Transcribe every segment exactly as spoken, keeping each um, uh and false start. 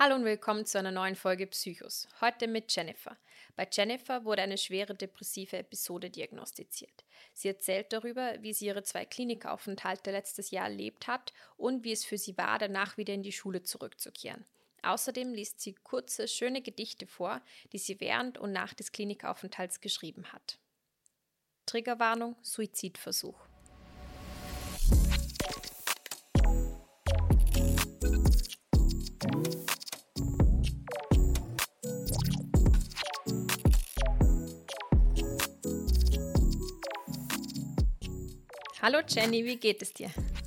Hallo und willkommen zu einer neuen Folge Psychos. Heute mit Jennifer. Bei Jennifer wurde eine schwere depressive Episode diagnostiziert. Sie erzählt darüber, wie sie ihre zwei Klinikaufenthalte letztes Jahr erlebt hat und wie es für sie war, danach wieder in die Schule zurückzukehren. Außerdem liest sie kurze, schöne Gedichte vor, die sie während und nach des Klinikaufenthalts geschrieben hat. Triggerwarnung: Suizidversuch. Hallo Jenny, wie geht es dir?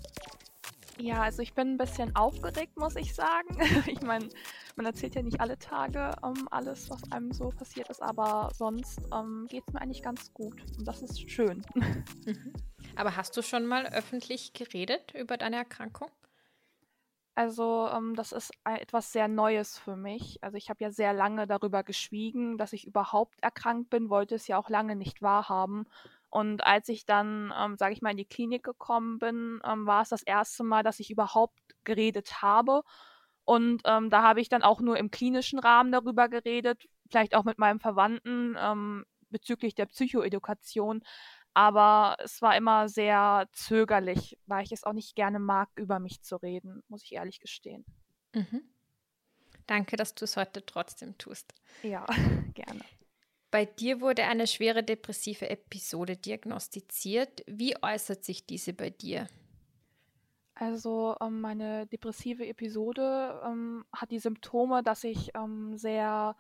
Ja, also ich bin ein bisschen aufgeregt, muss ich sagen. Ich meine, man erzählt ja nicht alle Tage ähm, alles, was einem so passiert ist, aber sonst ähm, geht es mir eigentlich ganz gut und das ist schön. Mhm. Aber hast du schon mal öffentlich geredet über deine Erkrankung? Also ähm, das ist ei- etwas sehr Neues für mich. Also ich habe ja sehr lange darüber geschwiegen, dass ich überhaupt erkrankt bin, wollte es ja auch lange nicht wahrhaben. Und als ich dann, ähm, sage ich mal, in die Klinik gekommen bin, ähm, war es das erste Mal, dass ich überhaupt geredet habe. Und ähm, da habe ich dann auch nur im klinischen Rahmen darüber geredet, vielleicht auch mit meinem Verwandten ähm, bezüglich der Psychoedukation. Aber es war immer sehr zögerlich, weil ich es auch nicht gerne mag, über mich zu reden, muss ich ehrlich gestehen. Mhm. Danke, dass du es heute trotzdem tust. Ja, gerne. Bei dir wurde eine schwere depressive Episode diagnostiziert. Wie äußert sich diese bei dir? Also ähm, meine depressive Episode ähm, hat die Symptome, dass ich ähm, sehr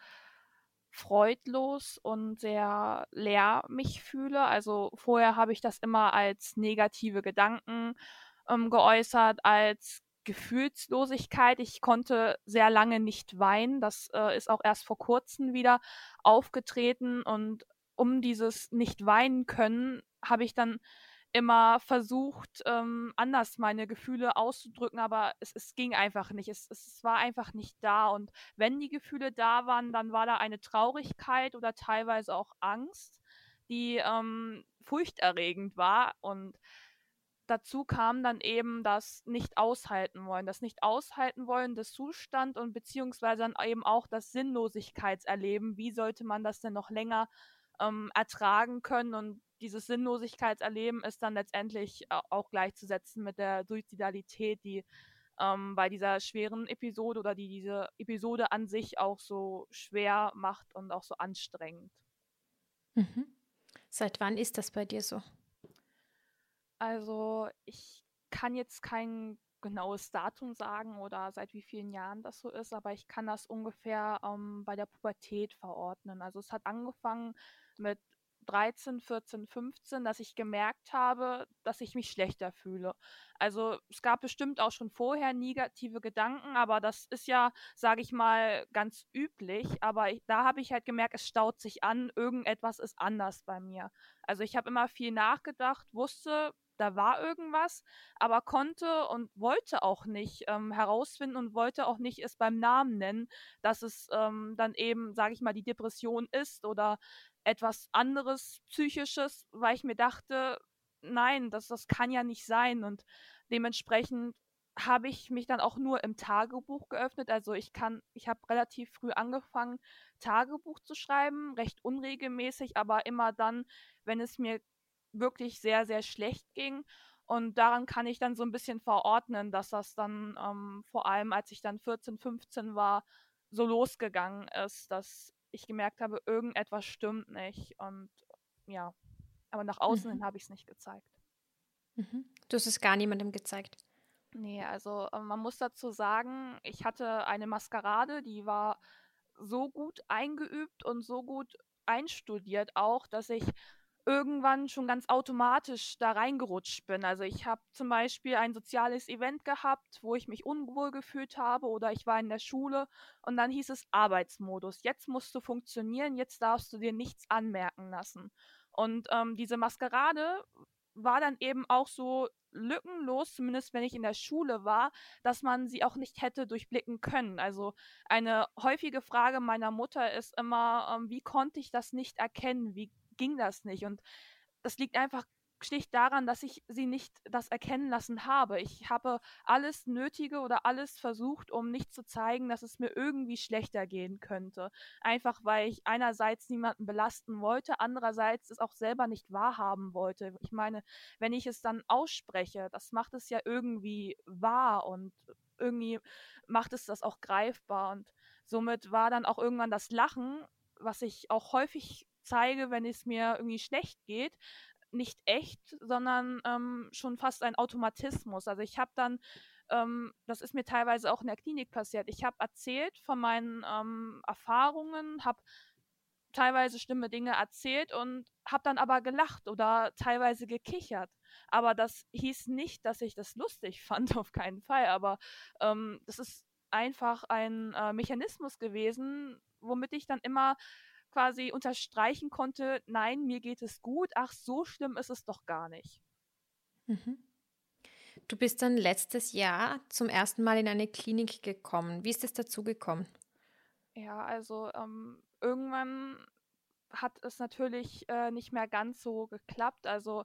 freudlos und sehr leer mich fühle. Also vorher habe ich das immer als negative Gedanken ähm, geäußert, als Gefühlslosigkeit. Ich konnte sehr lange nicht weinen. Das äh, ist auch erst vor kurzem wieder aufgetreten. Und um dieses nicht weinen können, habe ich dann immer versucht, ähm, anders meine Gefühle auszudrücken, aber es, es ging einfach nicht. Es, es war einfach nicht da. Und wenn die Gefühle da waren, dann war da eine Traurigkeit oder teilweise auch Angst, die ähm, furchterregend war. Und dazu kam dann eben das Nicht-Aushalten wollen, das Nicht-Aushalten wollen des Zustand und beziehungsweise dann eben auch das Sinnlosigkeitserleben. Wie sollte man das denn noch länger ähm, ertragen können? Und dieses Sinnlosigkeitserleben ist dann letztendlich au- auch gleichzusetzen mit der Suizidalität, die ähm, bei dieser schweren Episode oder die diese Episode an sich auch so schwer macht und auch so anstrengend. Mhm. Seit wann ist das bei dir so? Also, ich kann jetzt kein genaues Datum sagen oder seit wie vielen Jahren das so ist, aber ich kann das ungefähr, ähm, bei der Pubertät verordnen. Also, es hat angefangen mit dreizehn, vierzehn, fünfzehn, dass ich gemerkt habe, dass ich mich schlechter fühle. Also, es gab bestimmt auch schon vorher negative Gedanken, aber das ist ja, sage ich mal, ganz üblich. Aber ich da habe ich halt gemerkt, es staut sich an, irgendetwas ist anders bei mir. Also, ich habe immer viel nachgedacht, wusste, da war irgendwas, aber konnte und wollte auch nicht ähm, herausfinden und wollte auch nicht es beim Namen nennen, dass es ähm, dann eben, sage ich mal, die Depression ist oder etwas anderes Psychisches, weil ich mir dachte, nein, das, das kann ja nicht sein. Und dementsprechend habe ich mich dann auch nur im Tagebuch geöffnet. Also ich kann, ich habe relativ früh angefangen, Tagebuch zu schreiben, recht unregelmäßig, aber immer dann, wenn es mir wirklich sehr, sehr schlecht ging. Und daran kann ich dann so ein bisschen verordnen, dass das dann ähm, vor allem, als ich dann vierzehn, fünfzehn war, so losgegangen ist, dass ich gemerkt habe, irgendetwas stimmt nicht. Und ja, aber nach außen Mhm. hin habe ich es nicht gezeigt. Mhm. Du hast es gar niemandem gezeigt. Nee, also ähm, man muss dazu sagen, ich hatte eine Maskerade, die war so gut eingeübt und so gut einstudiert auch, dass ich irgendwann schon ganz automatisch da reingerutscht bin. Also ich habe zum Beispiel ein soziales Event gehabt, wo ich mich unwohl gefühlt habe oder ich war in der Schule und dann hieß es Arbeitsmodus. Jetzt musst du funktionieren, jetzt darfst du dir nichts anmerken lassen. Und ähm, diese Maskerade war dann eben auch so lückenlos, zumindest wenn ich in der Schule war, dass man sie auch nicht hätte durchblicken können. Also eine häufige Frage meiner Mutter ist immer, ähm, wie konnte ich das nicht erkennen? Wie ging das nicht? Und das liegt einfach schlicht daran, dass ich sie nicht das erkennen lassen habe. Ich habe alles Nötige oder alles versucht, um nicht zu zeigen, dass es mir irgendwie schlechter gehen könnte. Einfach weil ich einerseits niemanden belasten wollte, andererseits es auch selber nicht wahrhaben wollte. Ich meine, wenn ich es dann ausspreche, das macht es ja irgendwie wahr und irgendwie macht es das auch greifbar. Und somit war dann auch irgendwann das Lachen, was ich auch häufig zeige, wenn es mir irgendwie schlecht geht, nicht echt, sondern ähm, schon fast ein Automatismus. Also ich habe dann, ähm, das ist mir teilweise auch in der Klinik passiert, ich habe erzählt von meinen ähm, Erfahrungen, habe teilweise schlimme Dinge erzählt und habe dann aber gelacht oder teilweise gekichert. Aber das hieß nicht, dass ich das lustig fand, auf keinen Fall. Aber ähm, das ist einfach ein äh, Mechanismus gewesen, womit ich dann immer quasi unterstreichen konnte, nein, mir geht es gut, ach, so schlimm ist es doch gar nicht. Mhm. Du bist dann letztes Jahr zum ersten Mal in eine Klinik gekommen. Wie ist es dazu gekommen? Ja, also ähm, irgendwann hat es natürlich äh, nicht mehr ganz so geklappt. Also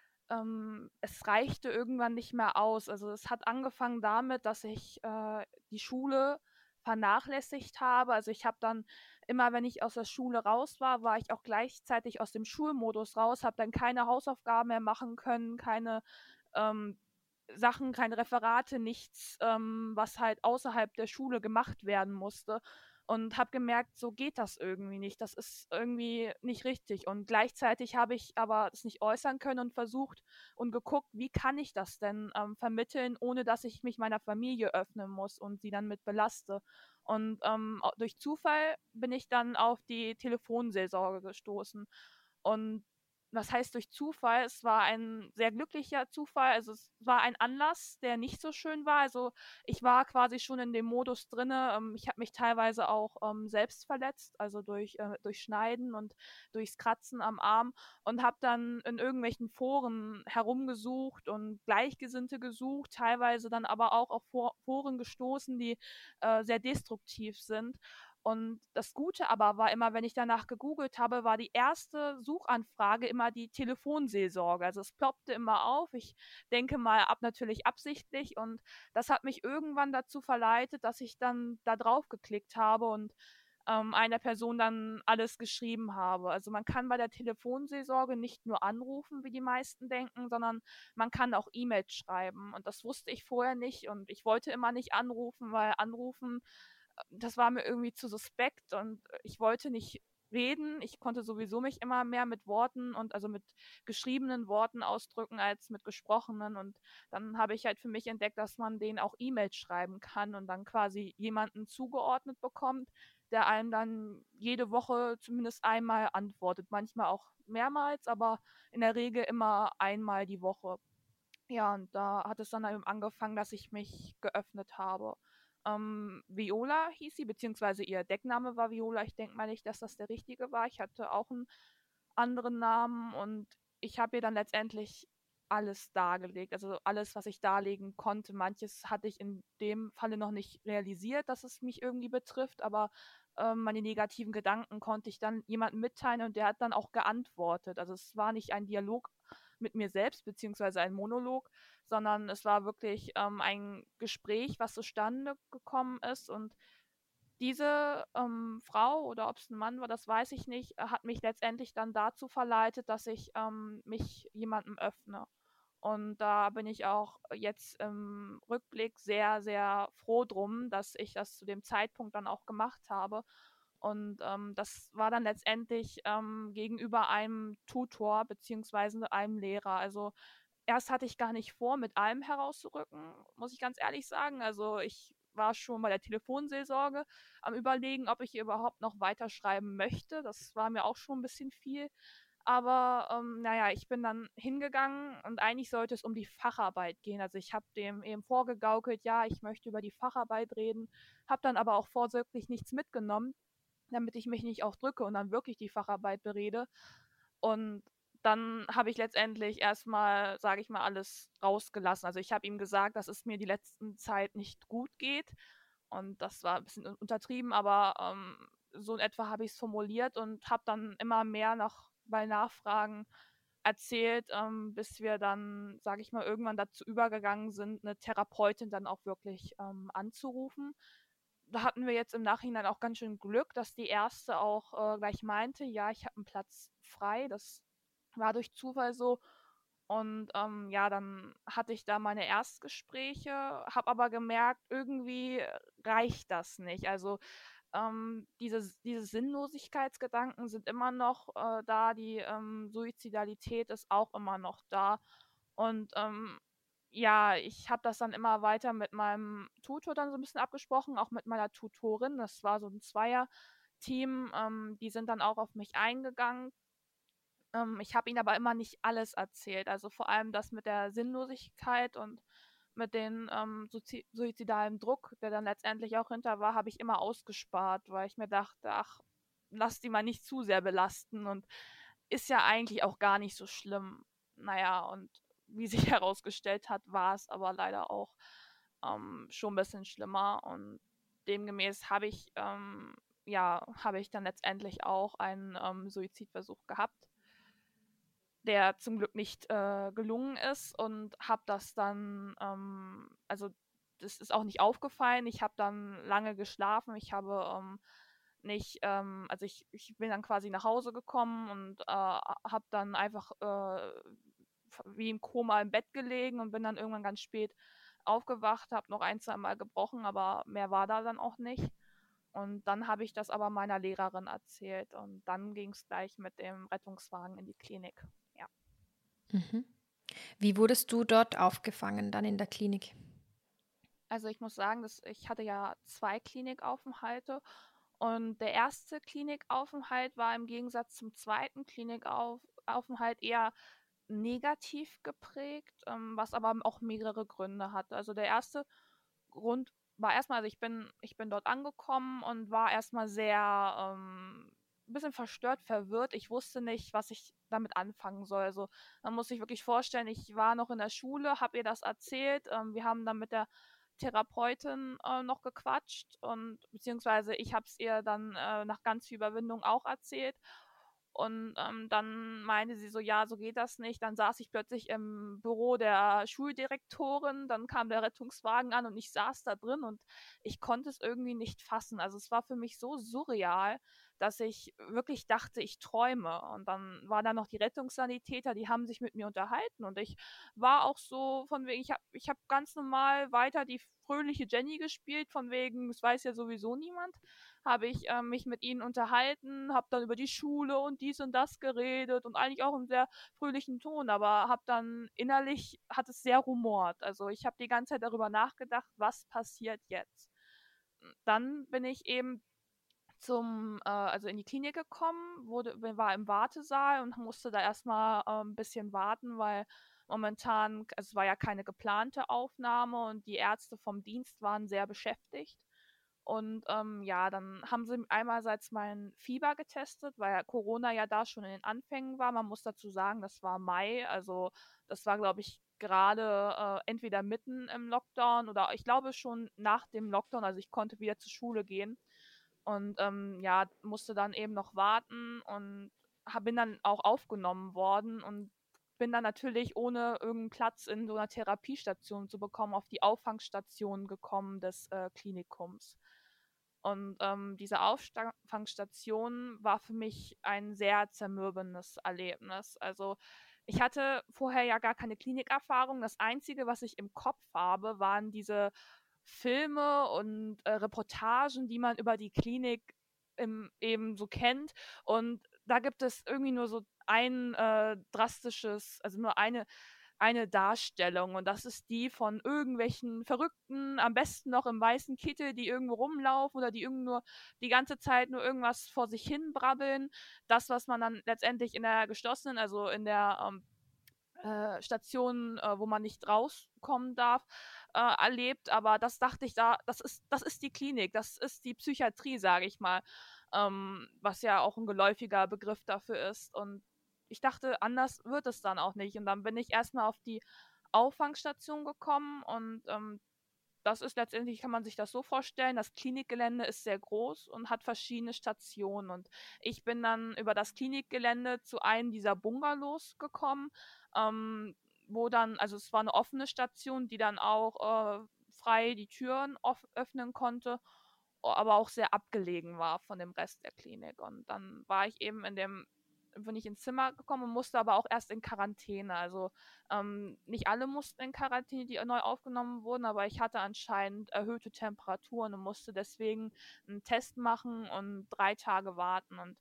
ähm, es reichte irgendwann nicht mehr aus. Also es hat angefangen damit, dass ich äh, die Schule vernachlässigt habe. Also ich habe dann immer, wenn ich aus der Schule raus war, war ich auch gleichzeitig aus dem Schulmodus raus, habe dann keine Hausaufgaben mehr machen können, keine ähm, Sachen, keine Referate, nichts, ähm, was halt außerhalb der Schule gemacht werden musste. Und habe gemerkt, so geht das irgendwie nicht. Das ist irgendwie nicht richtig. Und gleichzeitig habe ich aber es nicht äußern können und versucht und geguckt, wie kann ich das denn ähm, vermitteln, ohne dass ich mich meiner Familie öffnen muss und sie dann mit belaste. Und ähm, durch Zufall bin ich dann auf die Telefonseelsorge gestoßen. Und was heißt durch Zufall? Es war ein sehr glücklicher Zufall. Also es war ein Anlass, der nicht so schön war. Also ich war quasi schon in dem Modus drinne. Ähm, ich habe mich teilweise auch ähm, selbst verletzt, also durch, äh, durch Schneiden und durchs Kratzen am Arm und habe dann in irgendwelchen Foren herumgesucht und Gleichgesinnte gesucht, teilweise dann aber auch auf For Foren gestoßen, die äh, sehr destruktiv sind. Und das Gute aber war immer, wenn ich danach gegoogelt habe, war die erste Suchanfrage immer die Telefonseelsorge. Also es ploppte immer auf. Ich denke mal ab natürlich absichtlich. Und das hat mich irgendwann dazu verleitet, dass ich dann da drauf geklickt habe und ähm, einer Person dann alles geschrieben habe. Also man kann bei der Telefonseelsorge nicht nur anrufen, wie die meisten denken, sondern man kann auch E-Mails schreiben. Und das wusste ich vorher nicht. Und ich wollte immer nicht anrufen, weil anrufen das war mir irgendwie zu suspekt und ich wollte nicht reden. Ich konnte sowieso mich immer mehr mit Worten und also mit geschriebenen Worten ausdrücken als mit gesprochenen. Und dann habe ich halt für mich entdeckt, dass man denen auch E-Mails schreiben kann und dann quasi jemanden zugeordnet bekommt, der einem dann jede Woche zumindest einmal antwortet. Manchmal auch mehrmals, aber in der Regel immer einmal die Woche. Ja, und da hat es dann eben angefangen, dass ich mich geöffnet habe. Ähm, Viola hieß sie, beziehungsweise ihr Deckname war Viola. Ich denke mal nicht, dass das der richtige war. Ich hatte auch einen anderen Namen und ich habe ihr dann letztendlich alles dargelegt, also alles, was ich darlegen konnte. Manches hatte ich in dem Falle noch nicht realisiert, dass es mich irgendwie betrifft, aber ähm, meine negativen Gedanken konnte ich dann jemandem mitteilen und der hat dann auch geantwortet. Also es war nicht ein Dialog mit mir selbst, beziehungsweise ein Monolog, sondern es war wirklich ähm, ein Gespräch, was zustande gekommen ist und diese ähm, Frau oder ob es ein Mann war, das weiß ich nicht, äh, hat mich letztendlich dann dazu verleitet, dass ich ähm, mich jemandem öffne. Und da bin ich auch jetzt im Rückblick sehr, sehr froh drum, dass ich das zu dem Zeitpunkt dann auch gemacht habe. Und ähm, das war dann letztendlich ähm, gegenüber einem Tutor beziehungsweise einem Lehrer. Also erst hatte ich gar nicht vor, mit allem herauszurücken, muss ich ganz ehrlich sagen. Also ich war schon bei der Telefonseelsorge am Überlegen, ob ich überhaupt noch weiterschreiben möchte. Das war mir auch schon ein bisschen viel. Aber ähm, naja, ich bin dann hingegangen und eigentlich sollte es um die Facharbeit gehen. Also ich habe dem eben vorgegaukelt, ja, ich möchte über die Facharbeit reden, habe dann aber auch vorsorglich nichts mitgenommen, damit ich mich nicht auch drücke und dann wirklich die Facharbeit berede. Und dann habe ich letztendlich erstmal, sage ich mal, alles rausgelassen. Also ich habe ihm gesagt, dass es mir die letzten Zeit nicht gut geht. Und das war ein bisschen untertrieben, aber ähm, so in etwa habe ich es formuliert und habe dann immer mehr nach, bei Nachfragen erzählt, ähm, bis wir dann, sage ich mal, irgendwann dazu übergegangen sind, eine Therapeutin dann auch wirklich ähm, anzurufen. Da hatten wir jetzt im Nachhinein auch ganz schön Glück, dass die Erste auch äh, gleich meinte, ja, ich habe einen Platz frei. Das war durch Zufall so. Und ähm, ja, dann hatte ich da meine Erstgespräche, habe aber gemerkt, irgendwie reicht das nicht. Also ähm, diese, diese Sinnlosigkeitsgedanken sind immer noch äh, da, die ähm, Suizidalität ist auch immer noch da. Und ähm, ja, ich habe das dann immer weiter mit meinem Tutor dann so ein bisschen abgesprochen, auch mit meiner Tutorin. Das war so ein Zweier-Team. Ähm, die sind dann auch auf mich eingegangen. Ähm, ich habe ihnen aber immer nicht alles erzählt. Also vor allem das mit der Sinnlosigkeit und mit dem ähm, suzi- suizidalen Druck, der dann letztendlich auch hinter war, habe ich immer ausgespart, weil ich mir dachte, ach, lass die mal nicht zu sehr belasten und ist ja eigentlich auch gar nicht so schlimm. Naja, und wie sich herausgestellt hat, war es aber leider auch ähm, schon ein bisschen schlimmer und demgemäß habe ich, ähm, ja, habe ich dann letztendlich auch einen ähm, Suizidversuch gehabt, der zum Glück nicht äh, gelungen ist und habe das dann, ähm, also das ist auch nicht aufgefallen. Ich habe dann lange geschlafen. Ich habe ähm, nicht, ähm, also ich, ich bin dann quasi nach Hause gekommen und äh, habe dann einfach äh, wie im Koma im Bett gelegen und bin dann irgendwann ganz spät aufgewacht, habe noch ein, zwei Mal gebrochen, aber mehr war da dann auch nicht. Und dann habe ich das aber meiner Lehrerin erzählt und dann ging es gleich mit dem Rettungswagen in die Klinik. Ja. Mhm. Wie wurdest du dort aufgefangen, dann in der Klinik? Also ich muss sagen, dass ich hatte ja zwei Klinikaufenthalte und der erste Klinikaufenthalt war im Gegensatz zum zweiten Klinikaufenthalt eher negativ geprägt, ähm, was aber auch mehrere Gründe hatte. Also der erste Grund war erstmal, also ich bin, ich bin dort angekommen und war erstmal sehr ähm, ein bisschen verstört, verwirrt. Ich wusste nicht, was ich damit anfangen soll. Also man muss sich wirklich vorstellen, ich war noch in der Schule, habe ihr das erzählt. Ähm, wir haben dann mit der Therapeutin äh, noch gequatscht und beziehungsweise ich habe es ihr dann äh, nach ganz viel Überwindung auch erzählt. Und ähm, dann meinte sie so, ja, so geht das nicht. Dann saß ich plötzlich im Büro der Schuldirektorin, dann kam der Rettungswagen an und ich saß da drin und ich konnte es irgendwie nicht fassen. Also es war für mich so surreal, dass ich wirklich dachte, ich träume. Und dann waren da noch die Rettungssanitäter, die haben sich mit mir unterhalten und ich war auch so von wegen, ich habe ich hab ganz normal weiter die fröhliche Jenny gespielt, von wegen, es weiß ja sowieso niemand, habe ich äh, mich mit ihnen unterhalten, habe dann über die Schule und dies und das geredet und eigentlich auch im sehr fröhlichen Ton, aber habe dann innerlich, hat es sehr rumort. Also ich habe die ganze Zeit darüber nachgedacht, was passiert jetzt. Dann bin ich eben zum, äh, also in die Klinik gekommen, wurde, war im Wartesaal und musste da erstmal äh, ein bisschen warten, weil momentan, also es war ja keine geplante Aufnahme und die Ärzte vom Dienst waren sehr beschäftigt. Und ähm, ja, dann haben sie einerseits mein Fieber getestet, weil Corona ja da schon in den Anfängen war. Man muss dazu sagen, das war Mai, also das war, glaube ich, gerade äh, entweder mitten im Lockdown oder ich glaube schon nach dem Lockdown, also ich konnte wieder zur Schule gehen und ähm, ja, musste dann eben noch warten und hab, bin dann auch aufgenommen worden und bin dann natürlich ohne irgendeinen Platz in so einer Therapiestation zu bekommen auf die Auffangstation gekommen des äh, Klinikums. Und ähm, diese Auffangstation war für mich ein sehr zermürbendes Erlebnis. Also ich hatte vorher ja gar keine Klinikerfahrung. Das Einzige, was ich im Kopf habe, waren diese Filme und äh, Reportagen, die man über die Klinik im, eben so kennt. Und da gibt es irgendwie nur so ein äh, drastisches, also nur eine eine Darstellung und das ist die von irgendwelchen Verrückten, am besten noch im weißen Kittel, die irgendwo rumlaufen oder die irgend nur die ganze Zeit nur irgendwas vor sich hin brabbeln. Das, was man dann letztendlich in der geschlossenen, also in der ähm, äh, Station, äh, wo man nicht rauskommen darf, äh, erlebt. Aber das dachte ich da, das ist, das ist die Klinik, das ist die Psychiatrie, sage ich mal, ähm, was ja auch ein geläufiger Begriff dafür ist. Und ich dachte, anders wird es dann auch nicht. Und dann bin ich erstmal auf die Auffangstation gekommen und ähm, das ist letztendlich, kann man sich das so vorstellen, das Klinikgelände ist sehr groß und hat verschiedene Stationen. Und ich bin dann über das Klinikgelände zu einem dieser Bungalows gekommen, ähm, wo dann, also es war eine offene Station, die dann auch äh, frei die Türen off öffnen konnte, o- aber auch sehr abgelegen war von dem Rest der Klinik. Und dann war ich eben in dem, bin ich ins Zimmer gekommen und musste aber auch erst in Quarantäne. Also ähm, nicht alle mussten in Quarantäne, die neu aufgenommen wurden, aber ich hatte anscheinend erhöhte Temperaturen und musste deswegen einen Test machen und drei Tage warten. Und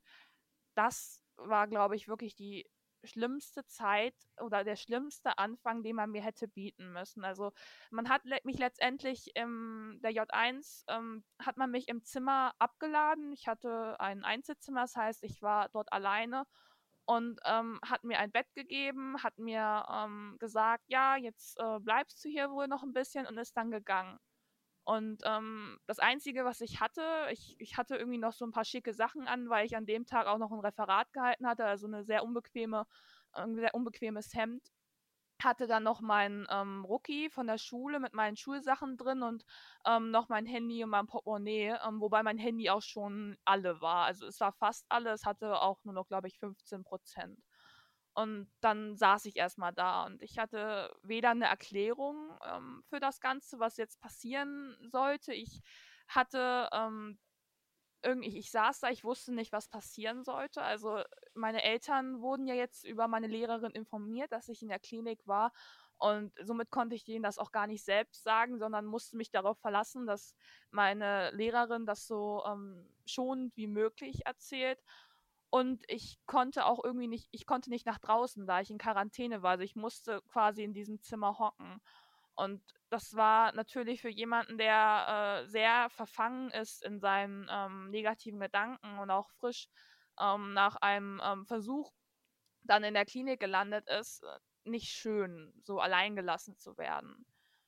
das war, glaube ich, wirklich die schlimmste Zeit oder der schlimmste Anfang, den man mir hätte bieten müssen. Also man hat le mich letztendlich im der J eins ähm, hat man mich im Zimmer abgeladen. Ich hatte ein Einzelzimmer, das heißt, ich war dort alleine und ähm, hat mir ein Bett gegeben, hat mir ähm, gesagt, ja, jetzt äh, bleibst du hier wohl noch ein bisschen und ist dann gegangen. Und ähm, das Einzige, was ich hatte, ich, ich hatte irgendwie noch so ein paar schicke Sachen an, weil ich an dem Tag auch noch ein Referat gehalten hatte, also eine sehr unbequeme, ein sehr unbequemes Hemd. Hatte dann noch meinen ähm, Rucksack von der Schule mit meinen Schulsachen drin und ähm, noch mein Handy und mein Portemonnaie, ähm, wobei mein Handy auch schon alle war. Also es war fast alle, es hatte auch nur noch, glaube ich, fünfzehn Prozent. Und dann saß ich erstmal da und ich hatte weder eine Erklärung ähm, für das Ganze, was jetzt passieren sollte. Ich hatte ähm, irgendwie, ich saß da, ich wusste nicht, was passieren sollte. Also meine Eltern wurden ja jetzt über meine Lehrerin informiert, dass ich in der Klinik war. Und somit konnte ich denen das auch gar nicht selbst sagen, sondern musste mich darauf verlassen, dass meine Lehrerin das so ähm, schonend wie möglich erzählt. Und ich konnte auch irgendwie nicht, ich konnte nicht nach draußen, da ich in Quarantäne war. Also ich musste quasi in diesem Zimmer hocken. Und das war natürlich für jemanden, der äh, sehr verfangen ist in seinen ähm, negativen Gedanken und auch frisch ähm, nach einem ähm, Versuch dann in der Klinik gelandet ist, äh, nicht schön, so allein gelassen zu werden.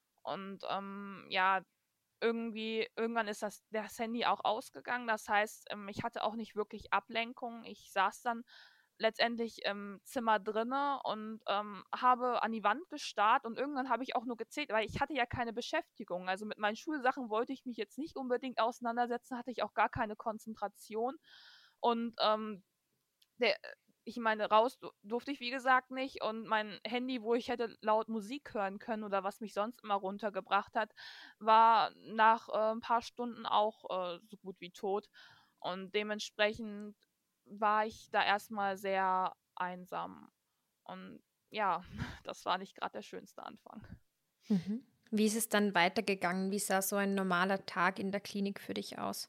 Und ähm, ja, irgendwie, irgendwann ist das, das Handy auch ausgegangen. Das heißt, ähm, ich hatte auch nicht wirklich Ablenkung. Ich saß dann letztendlich im Zimmer drinne und ähm, habe an die Wand gestarrt und irgendwann habe ich auch nur gezählt, weil ich hatte ja keine Beschäftigung. Also mit meinen Schulsachen wollte ich mich jetzt nicht unbedingt auseinandersetzen, hatte ich auch gar keine Konzentration. Und ähm, der, ich meine, raus du durfte ich wie gesagt nicht und mein Handy, wo ich hätte laut Musik hören können oder was mich sonst immer runtergebracht hat, war nach äh, ein paar Stunden auch äh, so gut wie tot. Und dementsprechend war ich da erstmal sehr einsam. Und ja, das war nicht gerade der schönste Anfang. Mhm. Wie ist es dann weitergegangen? Wie sah so ein normaler Tag in der Klinik für dich aus?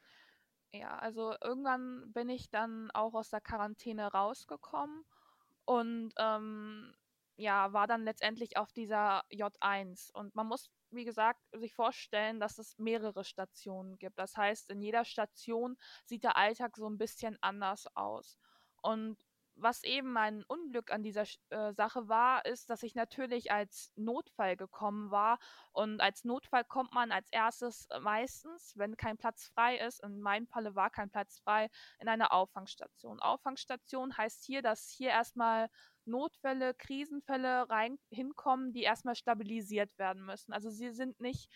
Ja, also irgendwann bin ich dann auch aus der Quarantäne rausgekommen und ähm, ja, war dann letztendlich auf dieser J eins. Und man muss, wie gesagt, sich vorstellen, dass es mehrere Stationen gibt. Das heißt, in jeder Station sieht der Alltag so ein bisschen anders aus. Und was eben mein Unglück an dieser Sch- äh, Sache war, ist, dass ich natürlich als Notfall gekommen war und als Notfall kommt man als erstes äh, meistens, wenn kein Platz frei ist, in meinem Falle war kein Platz frei, in einer Auffangstation. Auffangstation heißt hier, dass hier erstmal Notfälle, Krisenfälle rein hinkommen, die erstmal stabilisiert werden müssen. Also sie sind nicht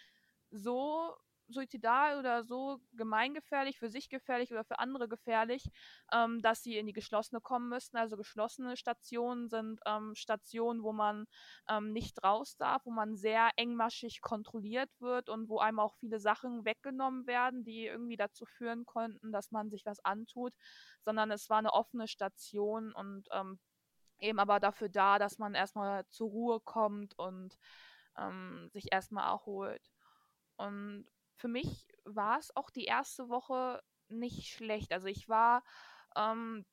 so suizidal oder so gemeingefährlich, für sich gefährlich oder für andere gefährlich, ähm, dass sie in die geschlossene kommen müssten. Also geschlossene Stationen sind ähm, Stationen, wo man ähm, nicht raus darf, wo man sehr engmaschig kontrolliert wird und wo einem auch viele Sachen weggenommen werden, die irgendwie dazu führen konnten, dass man sich was antut, sondern es war eine offene Station und ähm, eben aber dafür da, dass man erstmal zur Ruhe kommt und ähm, sich erstmal erholt. Und für mich war es auch die erste Woche nicht schlecht. Also ich war ähm,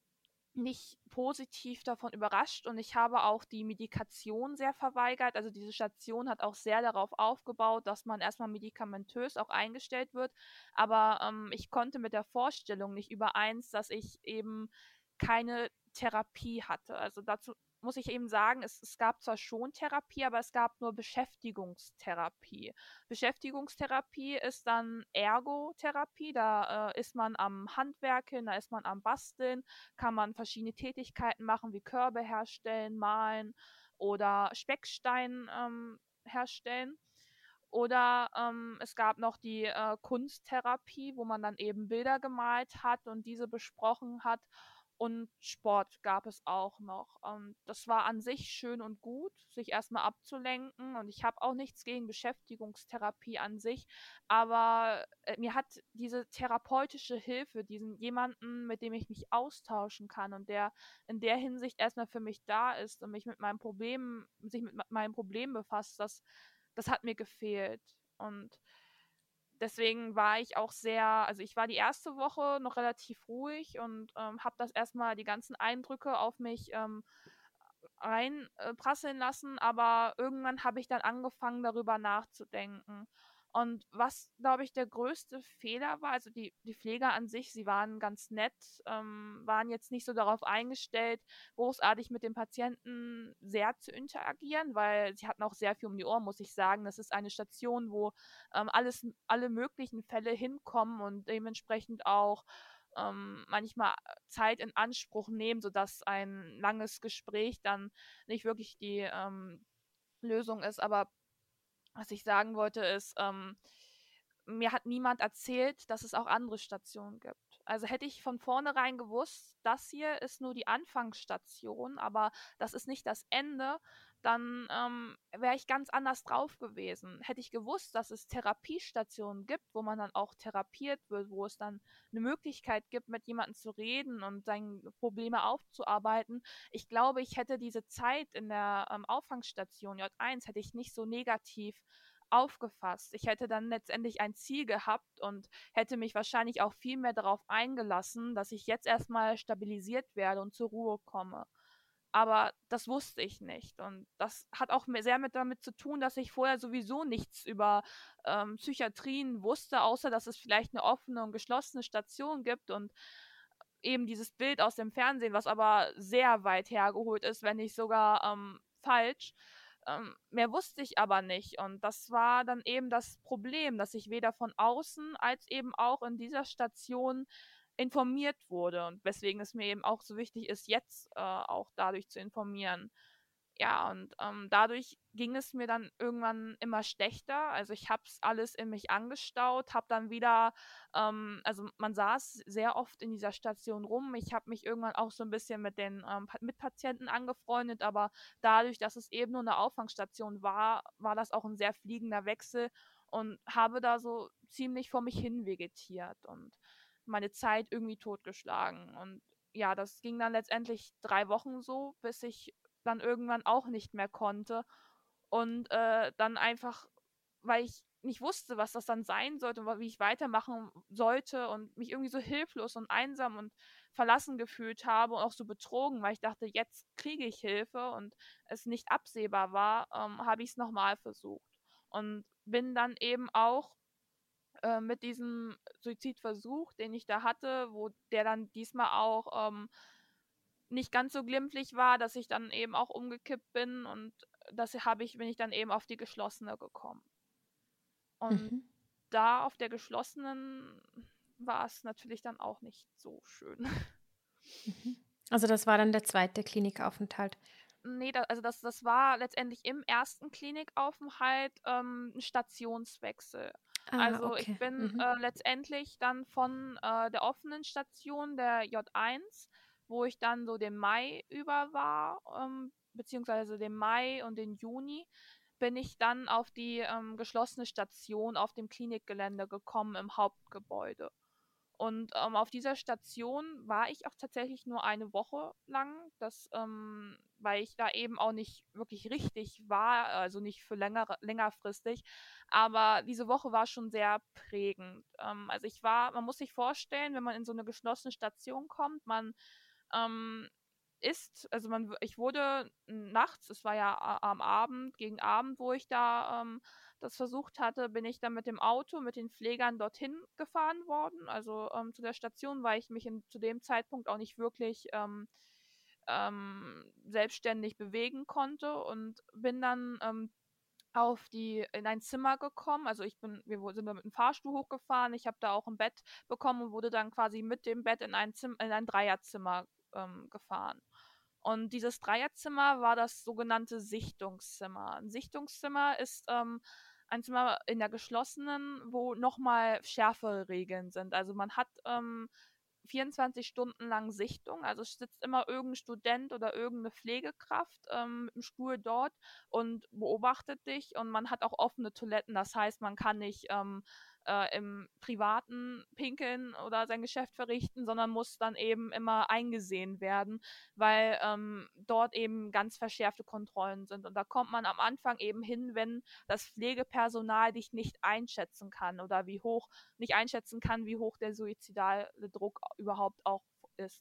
nicht positiv davon überrascht und ich habe auch die Medikation sehr verweigert. Also diese Station hat auch sehr darauf aufgebaut, dass man erstmal medikamentös auch eingestellt wird. Aber ähm, ich konnte mit der Vorstellung nicht übereins, dass ich eben keine Therapie hatte. Also dazu muss ich eben sagen, es, es gab zwar schon Therapie, aber es gab nur Beschäftigungstherapie. Beschäftigungstherapie ist dann Ergotherapie, da äh, ist man am Handwerkeln, da ist man am Basteln, kann man verschiedene Tätigkeiten machen, wie Körbe herstellen, malen oder Speckstein ähm, herstellen. Oder ähm, es gab noch die äh, Kunsttherapie, wo man dann eben Bilder gemalt hat und diese besprochen hat. Und Sport gab es auch noch. Ähm, das war an sich schön und gut, sich erstmal abzulenken. Und ich habe auch nichts gegen Beschäftigungstherapie an sich. Aber äh, mir hat diese therapeutische Hilfe, diesen jemanden, mit dem ich mich austauschen kann und der in der Hinsicht erstmal für mich da ist und mich mit meinem Problem, sich mit meinem Problem befasst, das, das hat mir gefehlt. Und deswegen war ich auch sehr, also ich war die erste Woche noch relativ ruhig und ähm, habe das erstmal die ganzen Eindrücke auf mich ähm, reinprasseln lassen, aber irgendwann habe ich dann angefangen, darüber nachzudenken. Und was, glaube ich, der größte Fehler war, also die, die Pfleger an sich, sie waren ganz nett, ähm, waren jetzt nicht so darauf eingestellt, großartig mit dem Patienten sehr zu interagieren, weil sie hatten auch sehr viel um die Ohren, muss ich sagen. Das ist eine Station, wo ähm, alles, alle möglichen Fälle hinkommen und dementsprechend auch ähm, manchmal Zeit in Anspruch nehmen, sodass ein langes Gespräch dann nicht wirklich die ähm, Lösung ist. Aber was ich sagen wollte ist, ähm, mir hat niemand erzählt, dass es auch andere Stationen gibt. Also hätte ich von vornherein gewusst, das hier ist nur die Anfangsstation, aber das ist nicht das Ende, dann ähm, wäre ich ganz anders drauf gewesen. Hätte ich gewusst, dass es Therapiestationen gibt, wo man dann auch therapiert wird, wo es dann eine Möglichkeit gibt, mit jemandem zu reden und seine Probleme aufzuarbeiten. Ich glaube, ich hätte diese Zeit in der ähm, Auffangstation J eins hätte ich nicht so negativ aufgefasst. Ich hätte dann letztendlich ein Ziel gehabt und hätte mich wahrscheinlich auch viel mehr darauf eingelassen, dass ich jetzt erstmal stabilisiert werde und zur Ruhe komme. Aber das wusste ich nicht. Und das hat auch sehr mit damit zu tun, dass ich vorher sowieso nichts über ähm, Psychiatrien wusste, außer dass es vielleicht eine offene und geschlossene Station gibt und eben dieses Bild aus dem Fernsehen, was aber sehr weit hergeholt ist, wenn nicht sogar ähm, falsch. Ähm, mehr wusste ich aber nicht. Und das war dann eben das Problem, dass ich weder von außen als eben auch in dieser Station informiert wurde. Und weswegen es mir eben auch so wichtig ist, jetzt äh, auch dadurch zu informieren. Ja, und ähm, dadurch ging es mir dann irgendwann immer schlechter. Also ich habe es alles in mich angestaut, habe dann wieder, ähm, also man saß sehr oft in dieser Station rum. Ich habe mich irgendwann auch so ein bisschen mit den ähm, Pa- Mitpatienten angefreundet, aber dadurch, dass es eben nur eine Auffangstation war, war das auch ein sehr fliegender Wechsel und habe da so ziemlich vor mich hin vegetiert und meine Zeit irgendwie totgeschlagen. Und ja, das ging dann letztendlich drei Wochen so, bis ich dann irgendwann auch nicht mehr konnte. Und äh, dann einfach, weil ich nicht wusste, was das dann sein sollte und wie ich weitermachen sollte und mich irgendwie so hilflos und einsam und verlassen gefühlt habe und auch so betrogen, weil ich dachte, jetzt kriege ich Hilfe und es nicht absehbar war, ähm, habe ich es nochmal versucht. Und bin dann eben auch äh, mit diesem Suizidversuch, den ich da hatte, wo der dann diesmal auch ähm, nicht ganz so glimpflich war, dass ich dann eben auch umgekippt bin und das habe ich, bin ich dann eben auf die geschlossene gekommen. Und Mhm. da auf der geschlossenen war es natürlich dann auch nicht so schön. Mhm. Also das war dann der zweite Klinikaufenthalt. Nee, da, also das, das war letztendlich im ersten Klinikaufenthalt ähm, ein Stationswechsel. Ah, Also ich okay. bin Mhm. äh, letztendlich dann von äh, der offenen Station der J eins, wo ich dann so den Mai über war, ähm, beziehungsweise den Mai und den Juni, bin ich dann auf die ähm, geschlossene Station auf dem Klinikgelände gekommen im Hauptgebäude. Und ähm, auf dieser Station war ich auch tatsächlich nur eine Woche lang, das, ähm, weil ich da eben auch nicht wirklich richtig war, also nicht für länger, längerfristig. Aber diese Woche war schon sehr prägend. Ähm, also ich war, man muss sich vorstellen, wenn man in so eine geschlossene Station kommt, man ähm, ist, also man, ich wurde nachts, es war ja a- am Abend, gegen Abend, wo ich da ähm, das versucht hatte, bin ich dann mit dem Auto, mit den Pflegern dorthin gefahren worden, also ähm, zu der Station, weil ich mich in, zu dem Zeitpunkt auch nicht wirklich ähm, ähm, selbstständig bewegen konnte und bin dann ähm, auf die in ein Zimmer gekommen. Also ich bin, wir wo- sind da mit dem Fahrstuhl hochgefahren. Ich habe da auch ein Bett bekommen und wurde dann quasi mit dem Bett in ein Zimmer, in ein Dreierzimmer ähm, gefahren. Und dieses Dreierzimmer war das sogenannte Sichtungszimmer. Ein Sichtungszimmer ist ähm, ein Zimmer in der geschlossenen, wo nochmal schärfere Regeln sind. Also man hat ähm, vierundzwanzig Stunden lang Sichtung, also es sitzt immer irgendein Student oder irgendeine Pflegekraft ähm, im Stuhl dort und beobachtet dich, und man hat auch offene Toiletten, das heißt, man kann nicht ähm, äh, im Privaten pinkeln oder sein Geschäft verrichten, sondern muss dann eben immer eingesehen werden, weil ähm, dort eben ganz verschärfte Kontrollen sind. Und da kommt man am Anfang eben hin, wenn das Pflegepersonal dich nicht einschätzen kann oder wie hoch, nicht einschätzen kann, wie hoch der suizidale Druck überhaupt auch ist.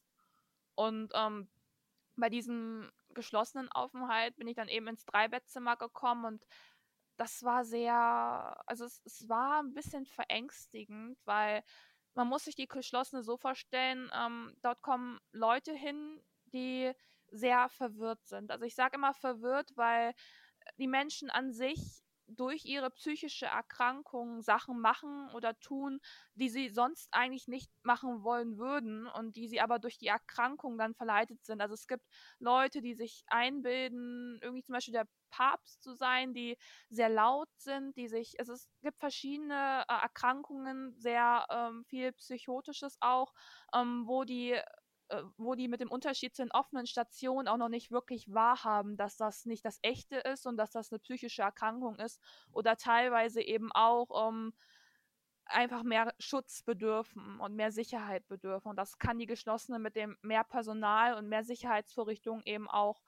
Und ähm, bei diesem geschlossenen Aufenthalt bin ich dann eben ins Dreibettzimmer gekommen, und das war sehr, also es, es war ein bisschen verängstigend, weil man muss sich die geschlossene so vorstellen, ähm, dort kommen Leute hin, die sehr verwirrt sind. Also ich sage immer verwirrt, weil die Menschen an sich durch ihre psychische Erkrankung Sachen machen oder tun, die sie sonst eigentlich nicht machen wollen würden und die sie aber durch die Erkrankung dann verleitet sind. Also es gibt Leute, die sich einbilden, irgendwie zum Beispiel der Papst zu sein, die sehr laut sind, die sich, also es gibt verschiedene äh, Erkrankungen, sehr ähm, viel Psychotisches auch, ähm, wo die äh, wo die mit dem Unterschied zu den offenen Stationen auch noch nicht wirklich wahrhaben, dass das nicht das Echte ist und dass das eine psychische Erkrankung ist, oder teilweise eben auch ähm, einfach mehr Schutz bedürfen und mehr Sicherheit bedürfen. Und das kann die geschlossene mit dem mehr Personal und mehr Sicherheitsvorrichtungen eben auch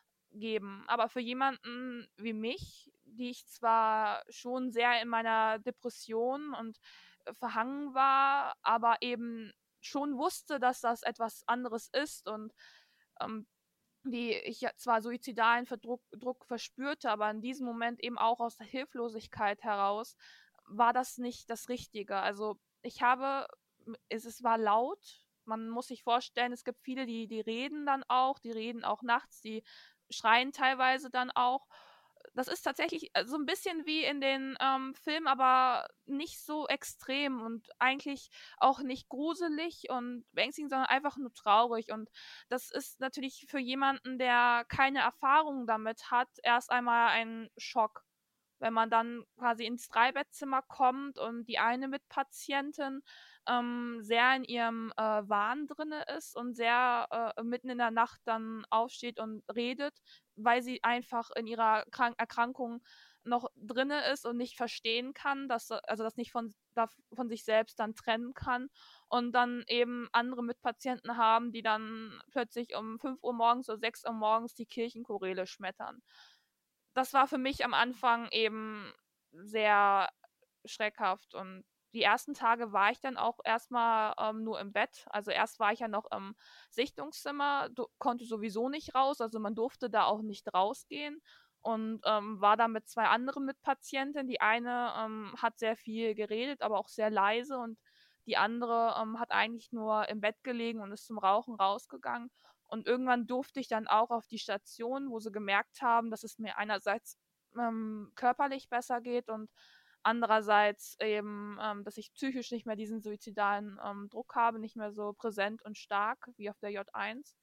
geben. Aber für jemanden wie mich, die ich zwar schon sehr in meiner Depression und äh, verhangen war, aber eben schon wusste, dass das etwas anderes ist, und ähm, die ich ja zwar suizidalen Verdruck, Druck verspürte, aber in diesem Moment eben auch aus der Hilflosigkeit heraus, war das nicht das Richtige. Also ich habe, es, es war laut. Man muss sich vorstellen, es gibt viele, die, die reden dann auch, die reden auch nachts, die schreien teilweise dann auch. Das ist tatsächlich äh, so ein bisschen wie in den ähm, Filmen, aber nicht so extrem und eigentlich auch nicht gruselig und beängstigend, sondern einfach nur traurig. Und das ist natürlich für jemanden, der keine Erfahrung damit hat, erst einmal ein Schock, wenn man dann quasi ins Dreibettzimmer kommt und die eine Mitpatientin ähm, sehr in ihrem äh, Wahn drinne ist und sehr äh, mitten in der Nacht dann aufsteht und redet, weil sie einfach in ihrer Krank Erkrankung noch drinne ist und nicht verstehen kann, dass also das nicht von, von sich selbst dann trennen kann, und dann eben andere Mitpatienten haben, die dann plötzlich um fünf Uhr morgens oder sechs Uhr morgens die Kirchenchoräle schmettern. Das war für mich am Anfang eben sehr schreckhaft, und die ersten Tage war ich dann auch erstmal ähm, nur im Bett. Also erst war ich ja noch im Sichtungszimmer, du, konnte sowieso nicht raus, also man durfte da auch nicht rausgehen, und ähm, war da mit zwei anderen Mitpatientinnen. Die eine ähm, hat sehr viel geredet, aber auch sehr leise, und die andere ähm, hat eigentlich nur im Bett gelegen und ist zum Rauchen rausgegangen. Und irgendwann durfte ich dann auch auf die Station, wo sie gemerkt haben, dass es mir einerseits ähm, körperlich besser geht und andererseits eben, ähm, dass ich psychisch nicht mehr diesen suizidalen ähm, Druck habe, nicht mehr so präsent und stark wie auf der J eins.